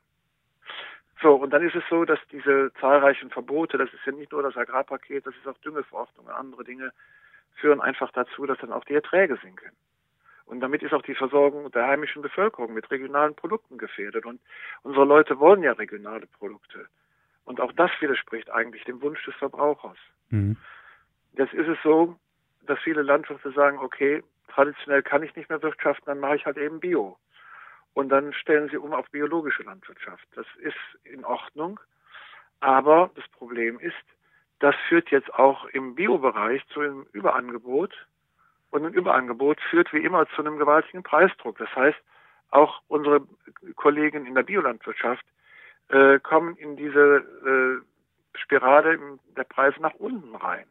Speaker 4: So, und dann ist es so, dass diese zahlreichen Verbote, das ist ja nicht nur das Agrarpaket, das ist auch Düngeverordnung und andere Dinge, führen einfach dazu, dass dann auch die Erträge sinken. Und damit ist auch die Versorgung der heimischen Bevölkerung mit regionalen Produkten gefährdet. Und unsere Leute wollen ja regionale Produkte. Und auch das widerspricht eigentlich dem Wunsch des Verbrauchers.
Speaker 2: Mhm.
Speaker 4: Jetzt ist es so, dass viele Landwirte sagen, okay, traditionell kann ich nicht mehr wirtschaften, dann mache ich halt eben Bio. Und dann stellen sie um auf biologische Landwirtschaft. Das ist in Ordnung. Aber das Problem ist, das führt jetzt auch im Biobereich zu einem Überangebot. Und ein Überangebot führt wie immer zu einem gewaltigen Preisdruck. Das heißt, auch unsere Kollegen in der Biolandwirtschaft äh, kommen in diese äh, Spirale der Preise nach unten rein.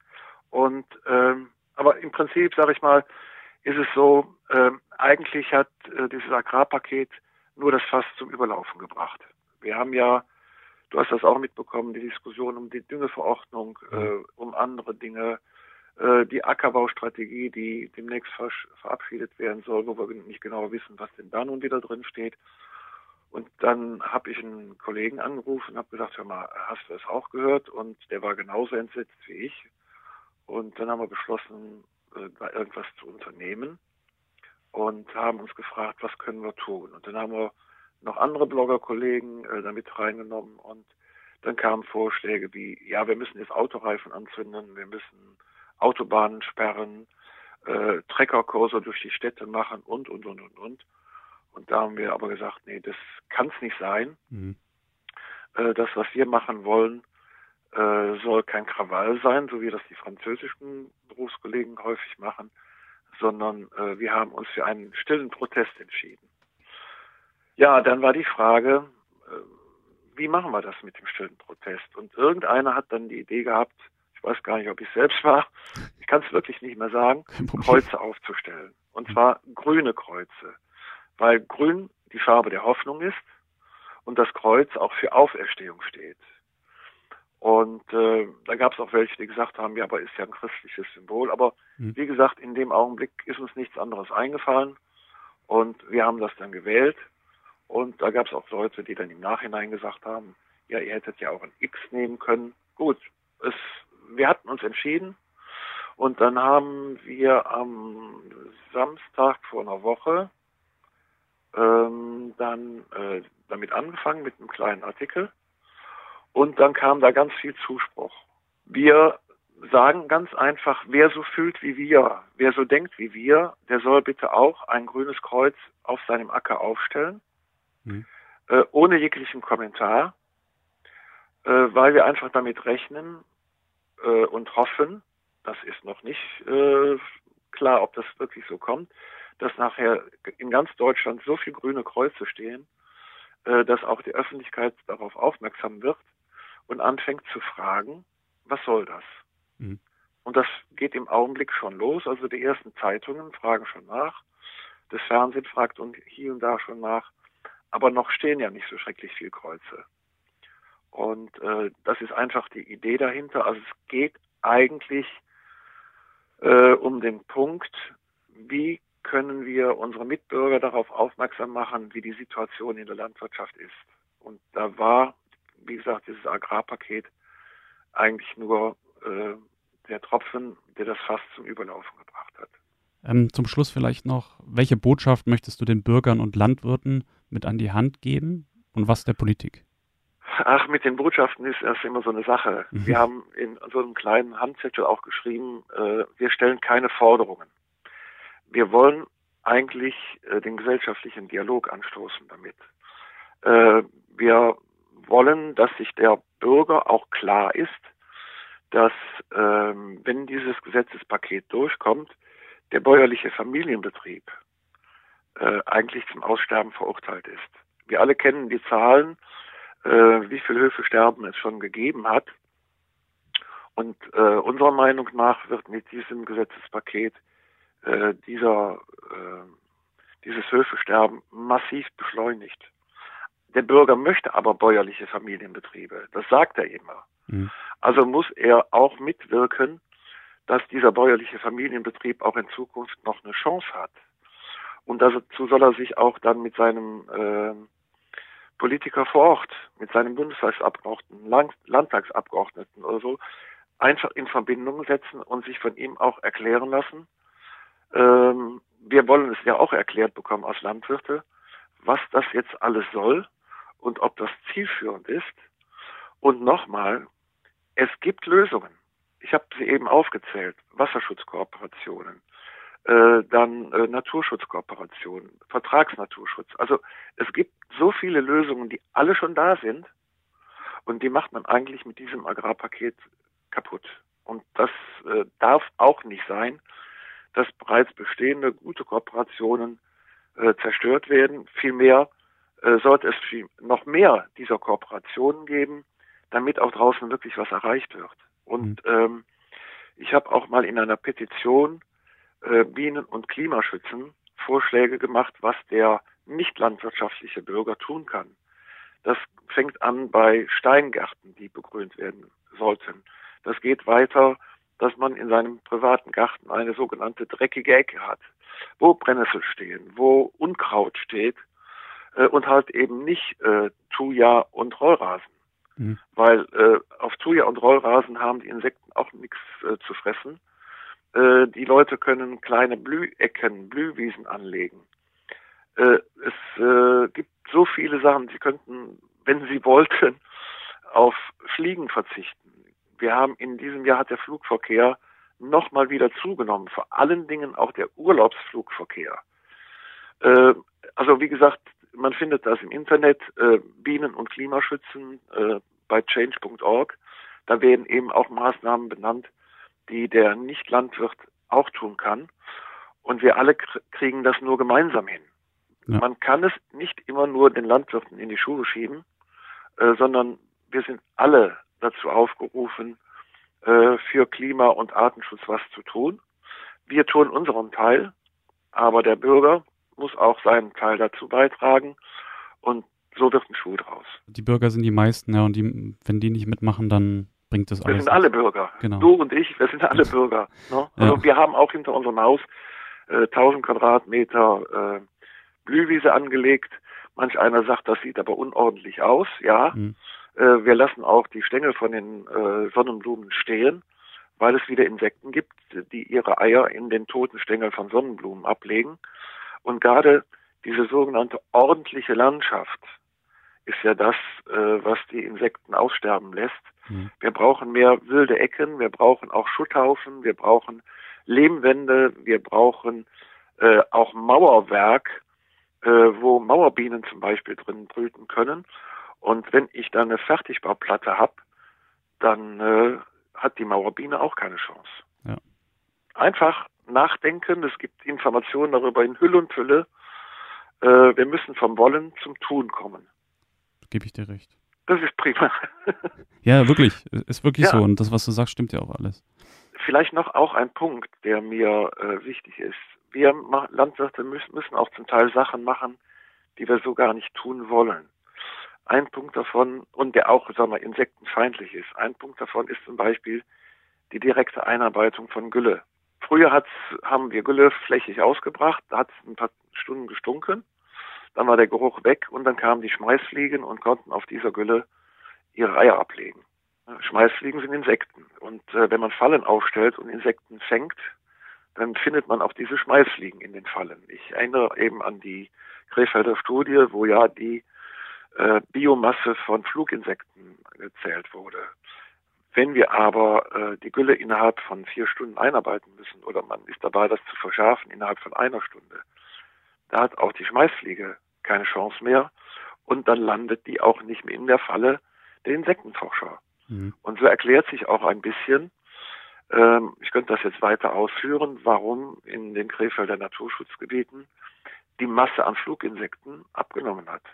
Speaker 4: Und ähm, aber im Prinzip, sage ich mal, ist es so, äh, eigentlich hat äh, dieses Agrarpaket nur das Fass zum Überlaufen gebracht. Wir haben ja, du hast das auch mitbekommen, die Diskussion um die Düngeverordnung, äh, um andere Dinge, äh, die Ackerbaustrategie, die demnächst verabschiedet werden soll, wo wir nicht genau wissen, was denn da nun wieder drin steht. Und dann habe ich einen Kollegen angerufen und habe gesagt, hör mal, hast du es auch gehört? Und der war genauso entsetzt wie ich. Und dann haben wir beschlossen, äh, da irgendwas zu unternehmen und haben uns gefragt, was können wir tun? Und dann haben wir noch andere Bloggerkollegen äh, damit reingenommen und dann kamen Vorschläge wie, ja, wir müssen jetzt Autoreifen anzünden, wir müssen Autobahnen sperren, äh, Treckerkurse durch die Städte machen und, und, und, und, und. Und da haben wir aber gesagt, nee, das kann es nicht sein. Mhm. Äh, das, was wir machen wollen, äh, soll kein Krawall sein, so wie das die französischen Berufskollegen häufig machen, sondern äh, wir haben uns für einen stillen Protest entschieden. Ja, dann war die Frage, äh, wie machen wir das mit dem stillen Protest? Und irgendeiner hat dann die Idee gehabt, ich weiß gar nicht, ob ich selbst war, ich kann es wirklich nicht mehr sagen, Kreuze aufzustellen. Und zwar grüne Kreuze, weil grün die Farbe der Hoffnung ist und das Kreuz auch für Auferstehung steht. Und äh, da gab es auch welche, die gesagt haben, ja, aber ist ja ein christliches Symbol. Aber mhm. wie gesagt, in dem Augenblick ist uns nichts anderes eingefallen und wir haben das dann gewählt. Und da gab es auch Leute, die dann im Nachhinein gesagt haben, ja, ihr hättet ja auch ein X nehmen können. Gut, es, wir hatten uns entschieden und dann haben wir am Samstag vor einer Woche ähm, dann äh, damit angefangen mit einem kleinen Artikel. Und dann kam da ganz viel Zuspruch. Wir sagen ganz einfach, wer so fühlt wie wir, wer so denkt wie wir, der soll bitte auch ein grünes Kreuz auf seinem Acker aufstellen, mhm. äh, ohne jeglichen Kommentar, äh, weil wir einfach damit rechnen äh, und hoffen, das ist noch nicht äh, klar, ob das wirklich so kommt, dass nachher in ganz Deutschland so viele grüne Kreuze stehen, äh, dass auch die Öffentlichkeit darauf aufmerksam wird und anfängt zu fragen, was soll das? Mhm. Und das geht im Augenblick schon los. Also die ersten Zeitungen fragen schon nach, das Fernsehen fragt und hier und da schon nach, aber noch stehen ja nicht so schrecklich viele Kreuze. Und äh, das ist einfach die Idee dahinter. Also es geht eigentlich äh, um den Punkt, wie können wir unsere Mitbürger darauf aufmerksam machen, wie die Situation in der Landwirtschaft ist. Und da war, wie gesagt, dieses Agrarpaket eigentlich nur äh, der Tropfen, der das Fass zum Überlaufen gebracht hat.
Speaker 2: Ähm, zum Schluss vielleicht noch, welche Botschaft möchtest du den Bürgern und Landwirten mit an die Hand geben und was der Politik?
Speaker 4: Ach, mit den Botschaften ist erst immer so eine Sache. Mhm. Wir haben in so einem kleinen Handzettel auch geschrieben, äh, wir stellen keine Forderungen. Wir wollen eigentlich äh, den gesellschaftlichen Dialog anstoßen damit. Äh, wir wollen, dass sich der Bürger auch klar ist, dass ähm, wenn dieses Gesetzespaket durchkommt, der bäuerliche Familienbetrieb äh, eigentlich zum Aussterben verurteilt ist. Wir alle kennen die Zahlen, äh, wie viele Höfesterben es schon gegeben hat. Und äh, unserer Meinung nach wird mit diesem Gesetzespaket äh, dieser äh, dieses Höfesterben massiv beschleunigt. Der Bürger möchte aber bäuerliche Familienbetriebe. Das sagt er immer. Mhm. Also muss er auch mitwirken, dass dieser bäuerliche Familienbetrieb auch in Zukunft noch eine Chance hat. Und dazu soll er sich auch dann mit seinem äh, Politiker vor Ort, mit seinem Bundestagsabgeordneten, Land- Landtagsabgeordneten oder so, einfach in Verbindung setzen und sich von ihm auch erklären lassen. Ähm, wir wollen es ja auch erklärt bekommen als Landwirte, was das jetzt alles soll und ob das zielführend ist. Und nochmal, es gibt Lösungen. Ich habe sie eben aufgezählt. Wasserschutzkooperationen, äh, dann äh, Naturschutzkooperationen, Vertragsnaturschutz. Also es gibt so viele Lösungen, die alle schon da sind und die macht man eigentlich mit diesem Agrarpaket kaputt. Und das äh, darf auch nicht sein, dass bereits bestehende gute Kooperationen äh, zerstört werden. Vielmehr äh, sollte es viel, noch mehr dieser Kooperationen geben, damit auch draußen wirklich was erreicht wird. Und mhm. ähm, ich habe auch mal in einer Petition äh, Bienen- und Klimaschützen Vorschläge gemacht, was der nicht landwirtschaftliche Bürger tun kann. Das fängt an bei Steingärten, die begrünt werden sollten. Das geht weiter, dass man in seinem privaten Garten eine sogenannte dreckige Ecke hat, wo Brennnessel stehen, wo Unkraut steht, äh, und halt eben nicht äh, Thuja und Rollrasen. Mhm. Weil äh, auf Thuja und Rollrasen haben die Insekten auch nichts äh, zu fressen. Äh, die Leute können kleine Blühecken, Blühwiesen anlegen. Äh, es äh, gibt so viele Sachen, sie könnten, wenn sie wollten, auf Fliegen verzichten. Wir haben in diesem Jahr hat der Flugverkehr nochmal wieder zugenommen, vor allen Dingen auch der Urlaubsflugverkehr. Äh, also wie gesagt, man findet das im Internet, äh, Bienen- und Klimaschützen äh, bei change punkt org. Da werden eben auch Maßnahmen benannt, die der Nicht-Landwirt auch tun kann. Und wir alle kr- kriegen das nur gemeinsam hin. Ja. Man kann es nicht immer nur den Landwirten in die Schuhe schieben, äh, sondern wir sind alle dazu aufgerufen, äh, für Klima- und Artenschutz was zu tun. Wir tun unseren Teil, aber der Bürger muss auch seinen Teil dazu beitragen und so wird ein Schuh draus.
Speaker 2: Die Bürger sind die meisten, ja, und die, wenn die nicht mitmachen, dann bringt das alles.
Speaker 4: Wir sind alle Bürger. Genau. Du und ich, wir sind alle Bürger. Ne? Also ja. Wir haben auch hinter unserem Haus äh, tausend Quadratmeter äh, Blühwiese angelegt. Manch einer sagt, das sieht aber unordentlich aus. Ja, mhm. äh, wir lassen auch die Stängel von den äh, Sonnenblumen stehen, weil es wieder Insekten gibt, die ihre Eier in den toten Stängeln von Sonnenblumen ablegen. Und gerade diese sogenannte ordentliche Landschaft ist ja das, äh, was die Insekten aussterben lässt. Mhm. Wir brauchen mehr wilde Ecken, wir brauchen auch Schutthaufen, wir brauchen Lehmwände, wir brauchen äh, auch Mauerwerk, äh, wo Mauerbienen zum Beispiel drin brüten können. Und wenn ich dann eine Fertigbauplatte habe, dann äh, hat die Mauerbiene auch keine Chance. Ja. Einfach nachdenken, es gibt Informationen darüber in Hülle und Fülle. Äh, wir müssen vom Wollen zum Tun kommen.
Speaker 2: Gebe ich dir recht.
Speaker 4: Das ist prima.
Speaker 2: Ja, wirklich. Ist wirklich ja. so. Und das, was du sagst, stimmt ja auch alles.
Speaker 4: Vielleicht noch auch ein Punkt, der mir äh, wichtig ist. Wir Landwirte müssen, müssen auch zum Teil Sachen machen, die wir so gar nicht tun wollen. Ein Punkt davon, und der auch, sagen wir, insektenfeindlich ist, ein Punkt davon ist zum Beispiel die direkte Einarbeitung von Gülle. Früher hat's, haben wir Gülle flächig ausgebracht, da hat es ein paar Stunden gestunken, dann war der Geruch weg und dann kamen die Schmeißfliegen und konnten auf dieser Gülle ihre Eier ablegen. Schmeißfliegen sind Insekten und äh, wenn man Fallen aufstellt und Insekten fängt, dann findet man auch diese Schmeißfliegen in den Fallen. Ich erinnere eben an die Krefelder Studie, wo ja die äh, Biomasse von Fluginsekten gezählt wurde. Wenn wir aber äh, die Gülle innerhalb von vier Stunden einarbeiten müssen oder man ist dabei, das zu verschärfen innerhalb von einer Stunde, da hat auch die Schmeißfliege keine Chance mehr und dann landet die auch nicht mehr in der Falle der Insektenforscher. Mhm. Und so erklärt sich auch ein bisschen, ähm, ich könnte das jetzt weiter ausführen, warum in den Krefelder Naturschutzgebieten die Masse an Fluginsekten abgenommen hat.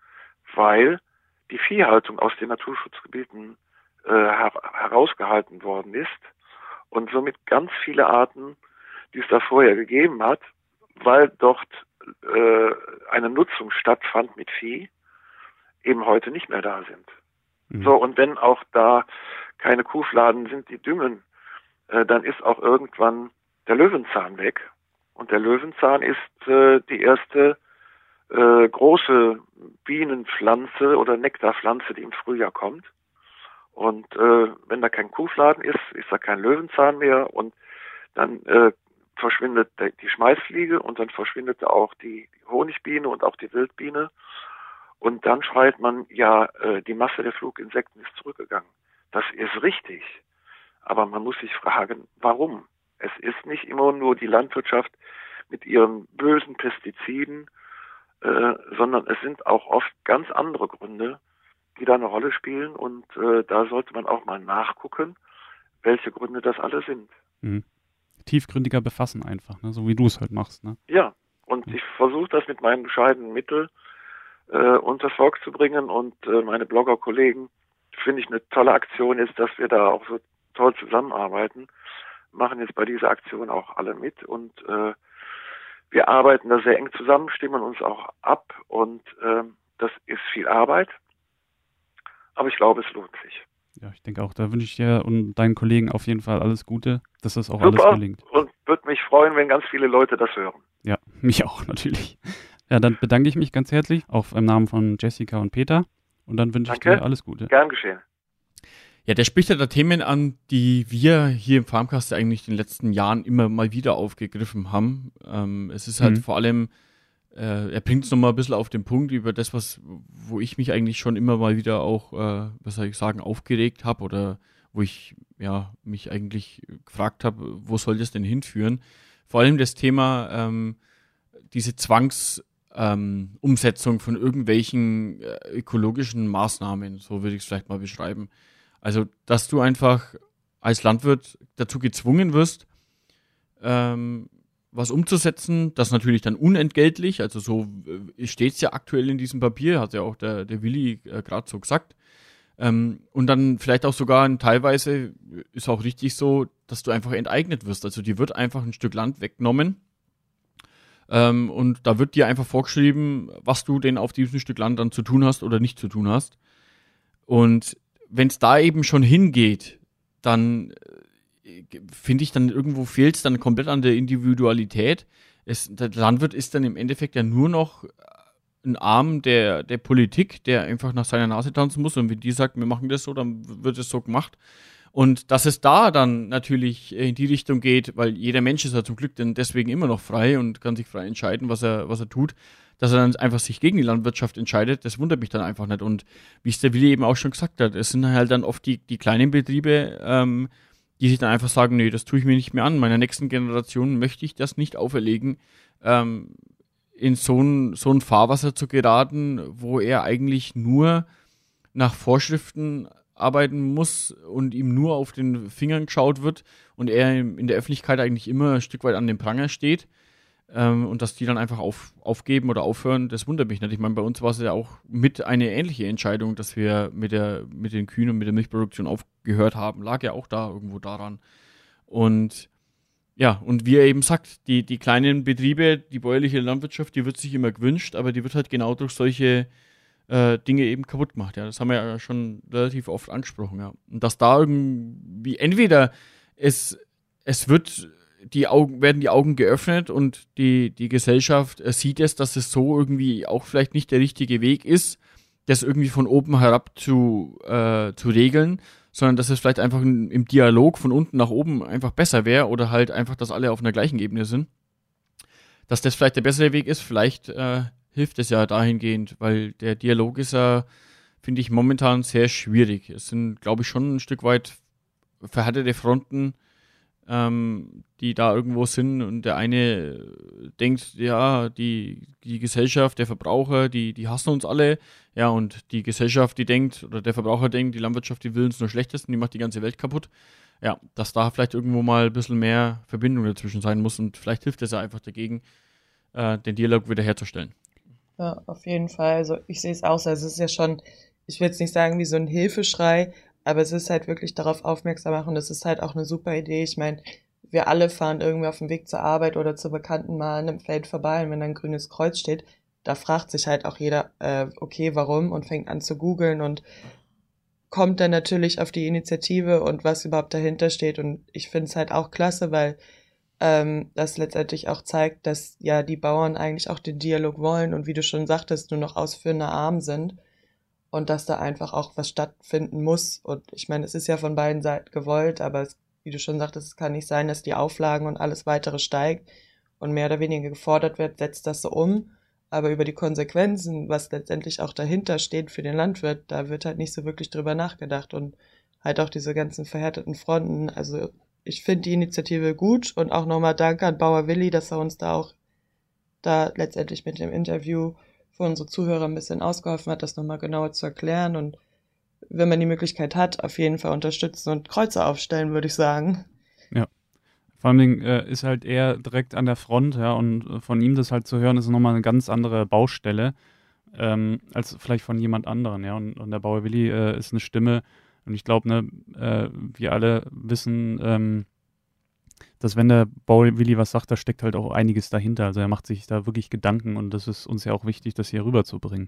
Speaker 4: Weil die Viehhaltung aus den Naturschutzgebieten äh, her- herausgehalten worden ist und somit ganz viele Arten, die es da vorher gegeben hat, weil dort äh, eine Nutzung stattfand mit Vieh, eben heute nicht mehr da sind. Mhm. So, und wenn auch da keine Kuhfladen sind, die düngen, äh, dann ist auch irgendwann der Löwenzahn weg. Und der Löwenzahn ist äh, die erste äh, große Bienenpflanze oder Nektarpflanze, die im Frühjahr kommt. Und äh, wenn da kein Kuhfladen ist, ist da kein Löwenzahn mehr und dann äh, verschwindet die Schmeißfliege und dann verschwindet auch die Honigbiene und auch die Wildbiene. Und dann schreit man, ja, äh, die Masse der Fluginsekten ist zurückgegangen. Das ist richtig. Aber man muss sich fragen, warum? Es ist nicht immer nur die Landwirtschaft mit ihren bösen Pestiziden, äh, sondern es sind auch oft ganz andere Gründe, die da eine Rolle spielen. Und äh, da sollte man auch mal nachgucken, welche Gründe das alle sind.
Speaker 2: Mhm. Tiefgründiger befassen einfach, ne? So wie du es halt machst. Ne?
Speaker 4: Ja, und ich versuche das mit meinen bescheidenen Mitteln äh, unters Volk zu bringen und äh, meine Blogger-Kollegen, finde ich eine tolle Aktion ist, dass wir da auch so toll zusammenarbeiten, machen jetzt bei dieser Aktion auch alle mit und äh, wir arbeiten da sehr eng zusammen, stimmen uns auch ab und äh, das ist viel Arbeit, aber ich glaube, es lohnt sich.
Speaker 2: Ja, ich denke auch, da wünsche ich dir und deinen Kollegen auf jeden Fall alles Gute, dass das auch
Speaker 4: Super.
Speaker 2: Alles gelingt.
Speaker 4: Und würde mich freuen, wenn ganz viele Leute das hören.
Speaker 2: Ja, mich auch natürlich. Ja, dann bedanke ich mich ganz herzlich, auch im Namen von Jessica und Peter. Und dann wünsche ich
Speaker 4: Danke.
Speaker 2: dir alles Gute.
Speaker 4: Gern geschehen.
Speaker 1: Ja, der spricht ja da Themen an, die wir hier im Farmcast eigentlich in den letzten Jahren immer mal wieder aufgegriffen haben. Ähm, es ist halt
Speaker 2: Mhm.
Speaker 1: vor allem, äh, er bringt es nochmal ein bisschen auf den Punkt über das, was, wo ich mich eigentlich schon immer mal wieder auch, äh, was soll ich sagen, aufgeregt habe oder wo ich ja mich eigentlich gefragt habe, wo soll das denn hinführen? Vor allem das Thema, ähm, diese Zwangsumsetzung ähm, Umsetzung von irgendwelchen äh, ökologischen Maßnahmen, so würde ich es vielleicht mal beschreiben. Also, dass du einfach als Landwirt dazu gezwungen wirst, ähm, was umzusetzen, das natürlich dann unentgeltlich, also so äh, steht es ja aktuell in diesem Papier, hat ja auch der, der Willi äh, gerade so gesagt. Ähm, und dann vielleicht auch sogar in teilweise ist auch richtig so, dass du einfach enteignet wirst. Also dir wird einfach ein Stück Land weggenommen. Ähm, und da wird dir einfach vorgeschrieben, was du denn auf diesem Stück Land dann zu tun hast oder nicht zu tun hast. Und wenn es da eben schon hingeht, dann äh, finde ich, dann irgendwo fehlt es dann komplett an der Individualität. Es, der Landwirt ist dann im Endeffekt ja nur noch ein Arm der, der Politik, der einfach nach seiner Nase tanzen muss. Und wenn die sagt, wir machen das so, dann wird es so gemacht. Und dass es da dann natürlich in die Richtung geht, weil jeder Mensch ist ja zum Glück dann deswegen immer noch frei und kann sich frei entscheiden, was er, was er tut, dass er dann einfach sich gegen die Landwirtschaft entscheidet, das wundert mich dann einfach nicht. Und wie es der Willi eben auch schon gesagt hat, es sind halt dann oft die, die kleinen Betriebe, ähm, die sich dann einfach sagen, nee, das tue ich mir nicht mehr an. Meiner nächsten Generation möchte ich das nicht auferlegen, ähm, in so ein, so ein Fahrwasser zu geraten, wo er eigentlich nur nach Vorschriften arbeiten muss und ihm nur auf den Fingern geschaut wird und er in der Öffentlichkeit eigentlich immer ein Stück weit an dem Pranger steht. Ähm, und dass die dann einfach auf, aufgeben oder aufhören, das wundert mich nicht. Ich meine, bei uns war es ja auch mit eine ähnliche Entscheidung, dass wir mit der mit den Kühen und mit der Milchproduktion aufgehört haben. Lag ja auch da irgendwo daran. Und ja, und wie er eben sagt, die, die kleinen Betriebe, die bäuerliche Landwirtschaft, die wird sich immer gewünscht, aber die wird halt genau durch solche äh, Dinge eben kaputt gemacht. Ja, das haben wir ja schon relativ oft angesprochen. Ja. Und dass da irgendwie entweder es, es wird die Augen, werden die Augen geöffnet und die, die Gesellschaft äh, sieht es, dass es so irgendwie auch vielleicht nicht der richtige Weg ist, das irgendwie von oben herab zu, äh, zu regeln, sondern dass es vielleicht einfach in, im Dialog von unten nach oben einfach besser wäre oder halt einfach, dass alle auf einer gleichen Ebene sind. Dass das vielleicht der bessere Weg ist, vielleicht äh, hilft es ja dahingehend, weil der Dialog ist ja, finde ich, momentan sehr schwierig. Es sind, glaube ich, schon ein Stück weit verhärtete Fronten, ähm, die da irgendwo sind und der eine denkt, ja, die, die Gesellschaft, der Verbraucher, die, die hassen uns alle, ja, und die Gesellschaft, die denkt, oder der Verbraucher denkt, die Landwirtschaft, die will uns nur Schlechtesten, die macht die ganze Welt kaputt, ja, dass da vielleicht irgendwo mal ein bisschen mehr Verbindung dazwischen sein muss und vielleicht hilft es ja einfach dagegen, äh, den Dialog wieder herzustellen.
Speaker 3: Ja, auf jeden Fall, also ich sehe es auch so, es ist ja schon, ich will jetzt nicht sagen wie so ein Hilfeschrei, aber es ist halt wirklich darauf aufmerksam machen, das ist halt auch eine super Idee. Ich meine, wir alle fahren irgendwie auf dem Weg zur Arbeit oder zur Bekannten mal an einem Feld vorbei und wenn da ein grünes Kreuz steht, da fragt sich halt auch jeder, äh, okay, warum und fängt an zu googeln und kommt dann natürlich auf die Initiative und was überhaupt dahinter steht und ich finde es halt auch klasse, weil ähm, das letztendlich auch zeigt, dass ja die Bauern eigentlich auch den Dialog wollen und wie du schon sagtest, nur noch ausführender Arm sind. Und dass da einfach auch was stattfinden muss. Und ich meine, es ist ja von beiden Seiten gewollt, aber es, wie du schon sagtest, es kann nicht sein, dass die Auflagen und alles weitere steigt und mehr oder weniger gefordert wird, setzt das so um. Aber über die Konsequenzen, was letztendlich auch dahinter steht für den Landwirt, da wird halt nicht so wirklich drüber nachgedacht. Und halt auch diese ganzen verhärteten Fronten. Also ich finde die Initiative gut und auch nochmal danke an Bauer Willi, dass er uns da auch da letztendlich mit dem Interview für unsere Zuhörer ein bisschen ausgeholfen hat, das nochmal genauer zu erklären und wenn man die Möglichkeit hat, auf jeden Fall unterstützen und Kreuze aufstellen, würde ich sagen.
Speaker 2: Ja, vor allen Dingen äh, ist halt er direkt an der Front, ja, und äh, von ihm das halt zu hören, ist nochmal eine ganz andere Baustelle ähm, als vielleicht von jemand anderen, ja, und, und der Bauer Willi äh, ist eine Stimme und ich glaube, ne, äh, wir alle wissen, ähm, dass wenn der Bauer Willi was sagt, da steckt halt auch einiges dahinter. Also er macht sich da wirklich Gedanken und das ist uns ja auch wichtig, das hier rüberzubringen.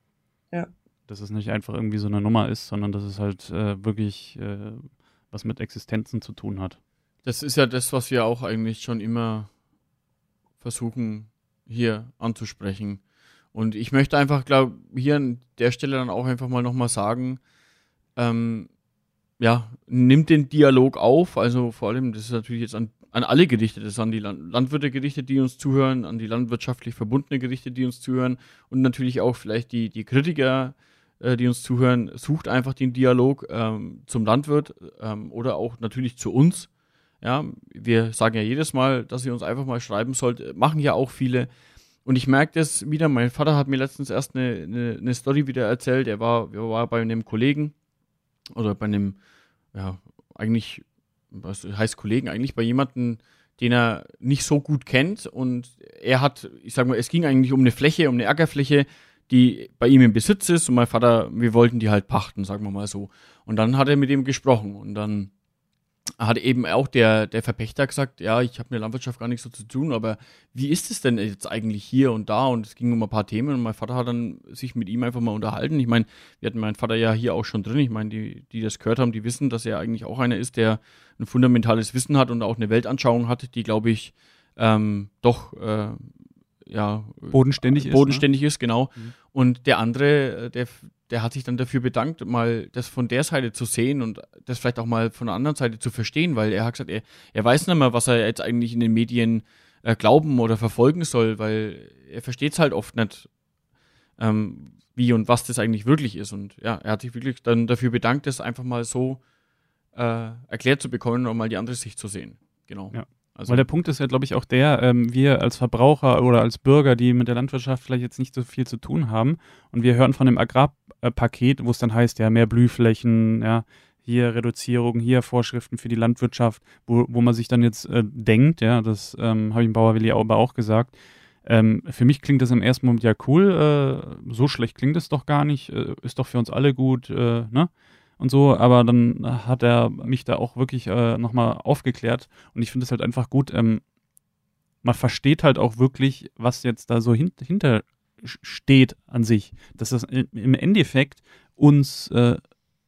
Speaker 3: Ja.
Speaker 2: Dass es nicht einfach irgendwie so eine Nummer ist, sondern dass es halt äh, wirklich äh, was mit Existenzen zu tun hat.
Speaker 1: Das ist ja das, was wir auch eigentlich schon immer versuchen hier anzusprechen. Und ich möchte einfach, glaube hier an der Stelle dann auch einfach mal nochmal sagen, ähm, ja, nimmt den Dialog auf, also vor allem, das ist natürlich jetzt an, an alle gerichtet, das ist an die Land- Landwirte gerichtet, die uns zuhören, an die landwirtschaftlich verbundene gerichtet, die uns zuhören und natürlich auch vielleicht die, die Kritiker, äh, die uns zuhören, sucht einfach den Dialog ähm, zum Landwirt ähm, oder auch natürlich zu uns. Ja, wir sagen ja jedes Mal, dass ihr uns einfach mal schreiben sollt, machen ja auch viele. Und ich merke das wieder, mein Vater hat mir letztens erst eine, eine, eine Story wieder erzählt, er war, er war bei einem Kollegen oder bei einem, ja, eigentlich, was heißt Kollegen, eigentlich bei jemandem, den er nicht so gut kennt und er hat, ich sag mal, es ging eigentlich um eine Fläche, um eine Ackerfläche, die bei ihm im Besitz ist und mein Vater, wir wollten die halt pachten, sagen wir mal so. Und dann hat er mit ihm gesprochen und dann hat eben auch der, der Verpächter gesagt, ja, ich habe mit der Landwirtschaft gar nichts so zu tun, aber wie ist es denn jetzt eigentlich hier und da? Und es ging um ein paar Themen und mein Vater hat dann sich mit ihm einfach mal unterhalten. Ich meine, wir hatten meinen Vater ja hier auch schon drin. Ich meine, die, die das gehört haben, die wissen, dass er eigentlich auch einer ist, der ein fundamentales Wissen hat und auch eine Weltanschauung hat, die, glaube ich, ähm, doch äh, ja,
Speaker 2: bodenständig ist.
Speaker 1: Bodenständig ist,
Speaker 2: ne?
Speaker 1: genau.
Speaker 2: Mhm.
Speaker 1: Und der andere, der, der hat sich dann dafür bedankt, mal das von der Seite zu sehen und das vielleicht auch mal von der anderen Seite zu verstehen, weil er hat gesagt, er, er weiß nicht mehr, was er jetzt eigentlich in den Medien äh, glauben oder verfolgen soll, weil er versteht es halt oft nicht, ähm, wie und was das eigentlich wirklich ist. Und ja, er hat sich wirklich dann dafür bedankt, das einfach mal so äh, erklärt zu bekommen und mal die andere Sicht zu sehen. Genau.
Speaker 2: Ja.
Speaker 1: Also,
Speaker 2: Weil der Punkt ist ja, glaube ich, auch der, ähm, wir als Verbraucher oder als Bürger, die mit der Landwirtschaft vielleicht jetzt nicht so viel zu tun haben und wir hören von dem Agrarpaket, wo es dann heißt, ja, mehr Blühflächen, ja, hier Reduzierung, hier Vorschriften für die Landwirtschaft, wo, wo man sich dann jetzt äh, denkt, ja, das ähm, habe ich dem Bauer-Willi aber auch gesagt, ähm, für mich klingt das im ersten Moment ja cool, äh, so schlecht klingt es doch gar nicht, äh, ist doch für uns alle gut, äh, ne? Und so, aber dann hat er mich da auch wirklich äh, nochmal aufgeklärt und ich finde es halt einfach gut, ähm, man versteht halt auch wirklich, was jetzt da so hin, hinter steht an sich, dass das im Endeffekt uns äh,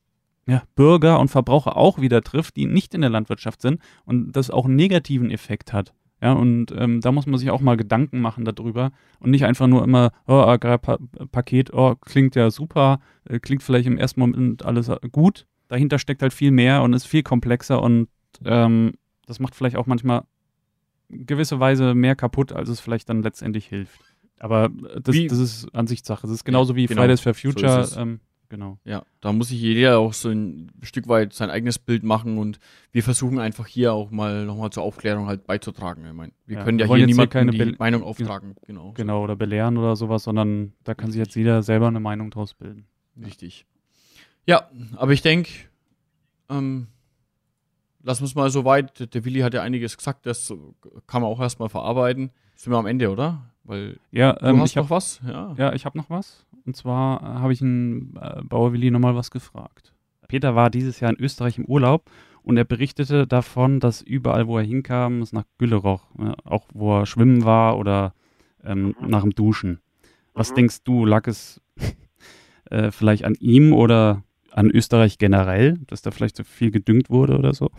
Speaker 2: ja, Bürger und Verbraucher auch wieder trifft, die nicht in der Landwirtschaft sind und das auch einen negativen Effekt hat. Ja, und ähm, da muss man sich auch mal Gedanken machen darüber und nicht einfach nur immer, oh, Agrarpaket, oh, klingt ja super, äh, klingt vielleicht im ersten Moment alles gut. Dahinter steckt halt viel mehr und ist viel komplexer und ähm, das macht vielleicht auch manchmal gewisse Weise mehr kaputt, als es vielleicht dann letztendlich hilft. Aber das, das ist Ansichtssache. Das ist genauso wie
Speaker 1: genau,
Speaker 2: Fridays for Future.
Speaker 1: So
Speaker 2: ähm, genau.
Speaker 1: Ja, da muss sich jeder auch so ein Stück weit sein eigenes Bild machen und wir versuchen einfach hier auch mal nochmal zur Aufklärung halt beizutragen. Ich meine, wir
Speaker 2: Ja,
Speaker 1: können
Speaker 2: wir
Speaker 1: ja
Speaker 2: wollen
Speaker 1: hier
Speaker 2: jetzt hier
Speaker 1: niemandem
Speaker 2: keine
Speaker 1: die
Speaker 2: Be-
Speaker 1: Meinung auftragen. Genau.
Speaker 2: Genau, oder belehren oder sowas, sondern da kann sich jetzt jeder selber eine Meinung draus bilden.
Speaker 1: Richtig. Ja, aber ich denke, ähm, lassen wir es mal so weit. Der Willi hat ja einiges gesagt, das kann man auch erstmal verarbeiten. Sind wir am Ende, oder? Weil
Speaker 2: Ja,
Speaker 1: du
Speaker 2: ähm,
Speaker 1: hast
Speaker 2: ich hab,
Speaker 1: noch was? Ja.
Speaker 2: ja, ich habe noch was. Und zwar äh, habe ich einen äh, Bauer Willi nochmal was gefragt. Peter war dieses Jahr in Österreich im Urlaub und er berichtete davon, dass überall, wo er hinkam, es nach Gülle roch. Ne? Auch wo er schwimmen war oder ähm,
Speaker 4: Mhm.
Speaker 2: nach dem Duschen. Was
Speaker 4: Mhm.
Speaker 2: denkst du, lag es äh, vielleicht an ihm oder an Österreich generell, dass da vielleicht so viel gedüngt wurde oder so?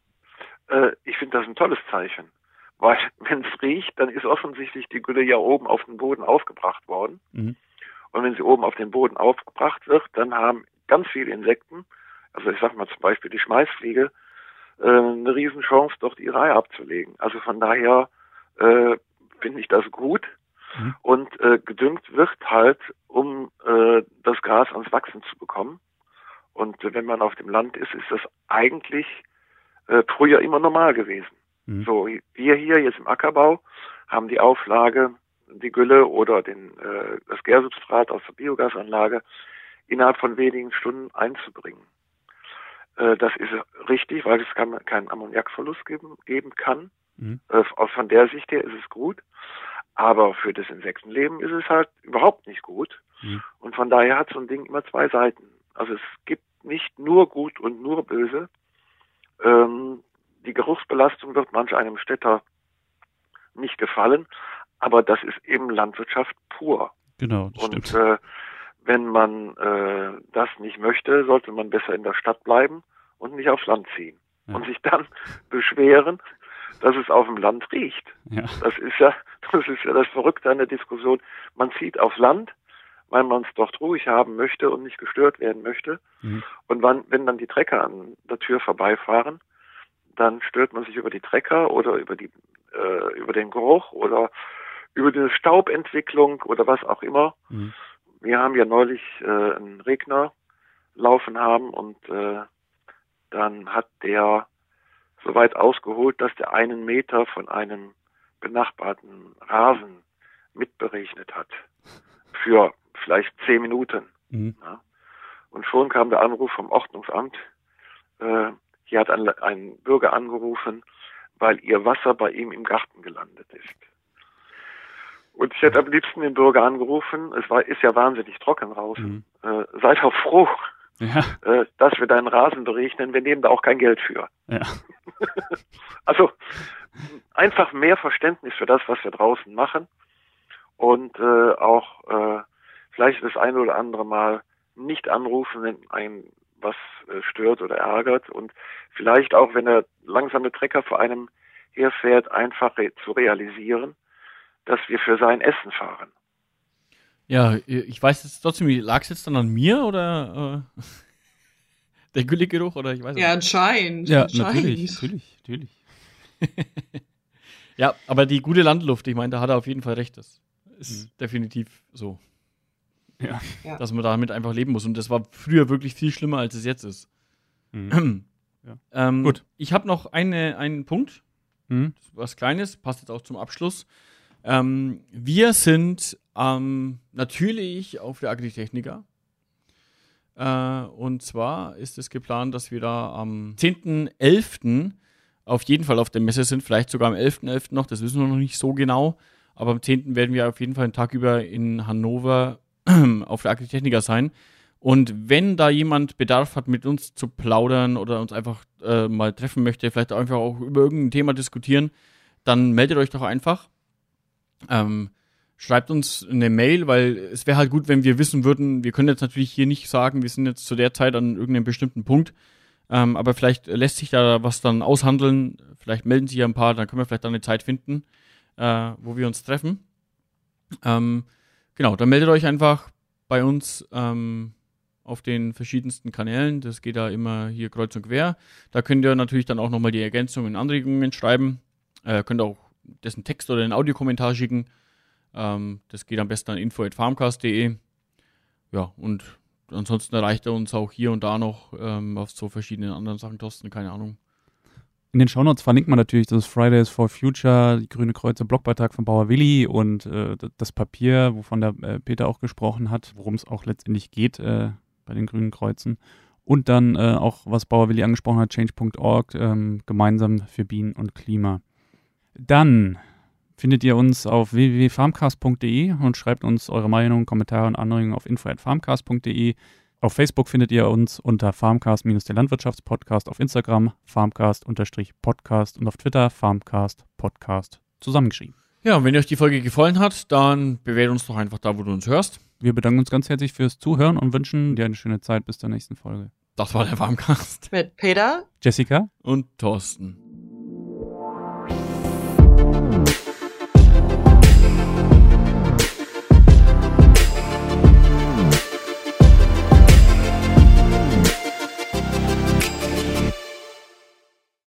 Speaker 4: Äh, ich finde das ein tolles Zeichen. Weil, wenn es riecht, dann ist offensichtlich die Gülle ja oben auf den Boden aufgebracht worden.
Speaker 2: Mhm.
Speaker 4: Und wenn sie oben auf den Boden aufgebracht wird, dann haben ganz viele Insekten, also ich sag mal zum Beispiel die Schmeißfliege, äh, eine Riesenchance, dort ihre Eier abzulegen. Also von daher äh, finde ich das gut.
Speaker 2: Mhm.
Speaker 4: Und äh, gedüngt wird halt, um äh, das Gras ans Wachsen zu bekommen. Und äh, wenn man auf dem Land ist, ist das eigentlich äh, früher immer normal gewesen.
Speaker 2: Mhm.
Speaker 4: So, wir hier jetzt im Ackerbau haben die Auflage, die Gülle oder den, äh, das Gärsubstrat aus der Biogasanlage innerhalb von wenigen Stunden einzubringen. Äh, das ist richtig, weil es kann, keinen Ammoniakverlust geben, geben kann.
Speaker 2: Mhm.
Speaker 4: Äh, von der Sicht her ist es gut. Aber für das Insektenleben ist es halt überhaupt nicht gut.
Speaker 2: Mhm.
Speaker 4: Und von daher hat so ein Ding immer zwei Seiten. Also es gibt nicht nur gut und nur böse. Ähm, die Geruchsbelastung wird manch einem Städter nicht gefallen, aber das ist eben Landwirtschaft pur.
Speaker 2: Genau, das
Speaker 4: Und
Speaker 2: stimmt.
Speaker 4: äh, wenn man äh, das nicht möchte, sollte man besser in der Stadt bleiben und nicht aufs Land ziehen.
Speaker 2: Ja.
Speaker 4: Und sich dann beschweren, dass es auf dem Land riecht.
Speaker 2: Ja.
Speaker 4: Das ist ja, Das ist ja das Verrückte an der Diskussion. Man zieht aufs Land, weil man es dort ruhig haben möchte und nicht gestört werden möchte. Mhm. Und wann, wenn dann die Trecker an der Tür vorbeifahren, dann stört man sich über die Trecker oder über die äh, über den Geruch oder über die Staubentwicklung oder was auch immer. Mhm. Wir haben ja neulich äh, einen Regner laufen haben und äh, dann hat der so weit ausgeholt, dass der einen Meter von einem benachbarten Rasen mitberechnet hat. Für vielleicht zehn Minuten. Mhm. Ja. Und schon kam der Anruf vom Ordnungsamt. Äh, hier hat ein, ein Bürger angerufen, weil ihr Wasser bei ihm im Garten gelandet ist. Und ich hätte am liebsten den Bürger angerufen. Es war, ist ja wahnsinnig trocken draußen. Mhm. Äh, seid auch froh, ja. äh, dass wir deinen Rasen berechnen. Wir nehmen da auch kein Geld für. Ja. Also einfach mehr Verständnis für das, was wir draußen machen. Und äh, auch äh, vielleicht das eine oder andere Mal nicht anrufen, wenn ein was äh, stört oder ärgert. Und vielleicht auch, wenn der langsame Trecker vor einem herfährt, einfach re- zu realisieren, dass wir für sein Essen fahren.
Speaker 1: Ja, ich weiß jetzt trotzdem, lag es jetzt dann an mir oder äh, der Güllegeruch oder ich weiß nicht.
Speaker 3: Ja, anscheinend.
Speaker 2: Ja,
Speaker 3: anscheinend.
Speaker 2: natürlich, natürlich, natürlich.
Speaker 1: Ja, aber die gute Landluft, ich meine, da hat er auf jeden Fall recht. Das ist mhm. definitiv so. Ja. ja. Dass man damit einfach leben muss. Und das war früher wirklich viel schlimmer, als es jetzt ist. Mhm. ja. ähm, Gut. Ich habe noch eine, einen Punkt. Mhm. Was Kleines, passt jetzt auch zum Abschluss. Ähm, wir sind ähm, natürlich auf der Agritechnica. Äh, und zwar ist es geplant, dass wir da am zehnten elften auf jeden Fall auf der Messe sind, vielleicht sogar am elften elften noch, das wissen wir noch nicht so genau. Aber am zehnten werden wir auf jeden Fall einen Tag über in Hannover auf der Agritechnica sein. Und wenn da jemand Bedarf hat, mit uns zu plaudern oder uns einfach äh, mal treffen möchte, vielleicht einfach auch über irgendein Thema diskutieren, dann meldet euch doch einfach. Ähm, schreibt uns eine Mail, weil es wäre halt gut, wenn wir wissen würden, wir können jetzt natürlich hier nicht sagen, wir sind jetzt zu der Zeit an irgendeinem bestimmten Punkt, ähm, aber vielleicht lässt sich da was dann aushandeln, vielleicht melden sich ja ein paar, dann können wir vielleicht dann eine Zeit finden, äh, wo wir uns treffen. Ähm, genau, dann meldet euch einfach bei uns ähm, auf den verschiedensten Kanälen, das geht da immer hier kreuz und quer. Da könnt ihr natürlich dann auch nochmal die Ergänzungen und Anregungen schreiben, äh, könnt auch dessen Text oder einen Audiokommentar schicken. Ähm, das geht am besten an info at farmcast punkt de. Ja, und ansonsten erreicht er uns auch hier und da noch ähm, auf so verschiedenen anderen Sachen, Thorsten, keine Ahnung.
Speaker 2: In den Shownotes verlinkt man natürlich das Fridays for Future, die Grüne Kreuze Blogbeitrag von Bauer Willi und äh, das Papier, wovon der äh, Peter auch gesprochen hat, worum es auch letztendlich geht äh, bei den Grünen Kreuzen. Und dann äh, auch, was Bauer Willi angesprochen hat, change punkt org, ähm, gemeinsam für Bienen und Klima. Dann findet ihr uns auf w w w punkt farmcast punkt de und schreibt uns eure Meinung, Kommentare und Anregungen auf info at farmcast punkt de. Auf Facebook findet ihr uns unter Farmcast minus der Landwirtschaftspodcast, auf Instagram Farmcast-Podcast und auf Twitter Farmcast Podcast zusammengeschrieben.
Speaker 1: Ja, und wenn euch die Folge gefallen hat, dann bewerte uns doch einfach da, wo du uns hörst.
Speaker 2: Wir bedanken uns ganz herzlich fürs Zuhören und wünschen dir eine schöne Zeit bis zur nächsten Folge.
Speaker 1: Das war der Farmcast.
Speaker 3: Mit Peter,
Speaker 2: Jessica
Speaker 1: und Thorsten.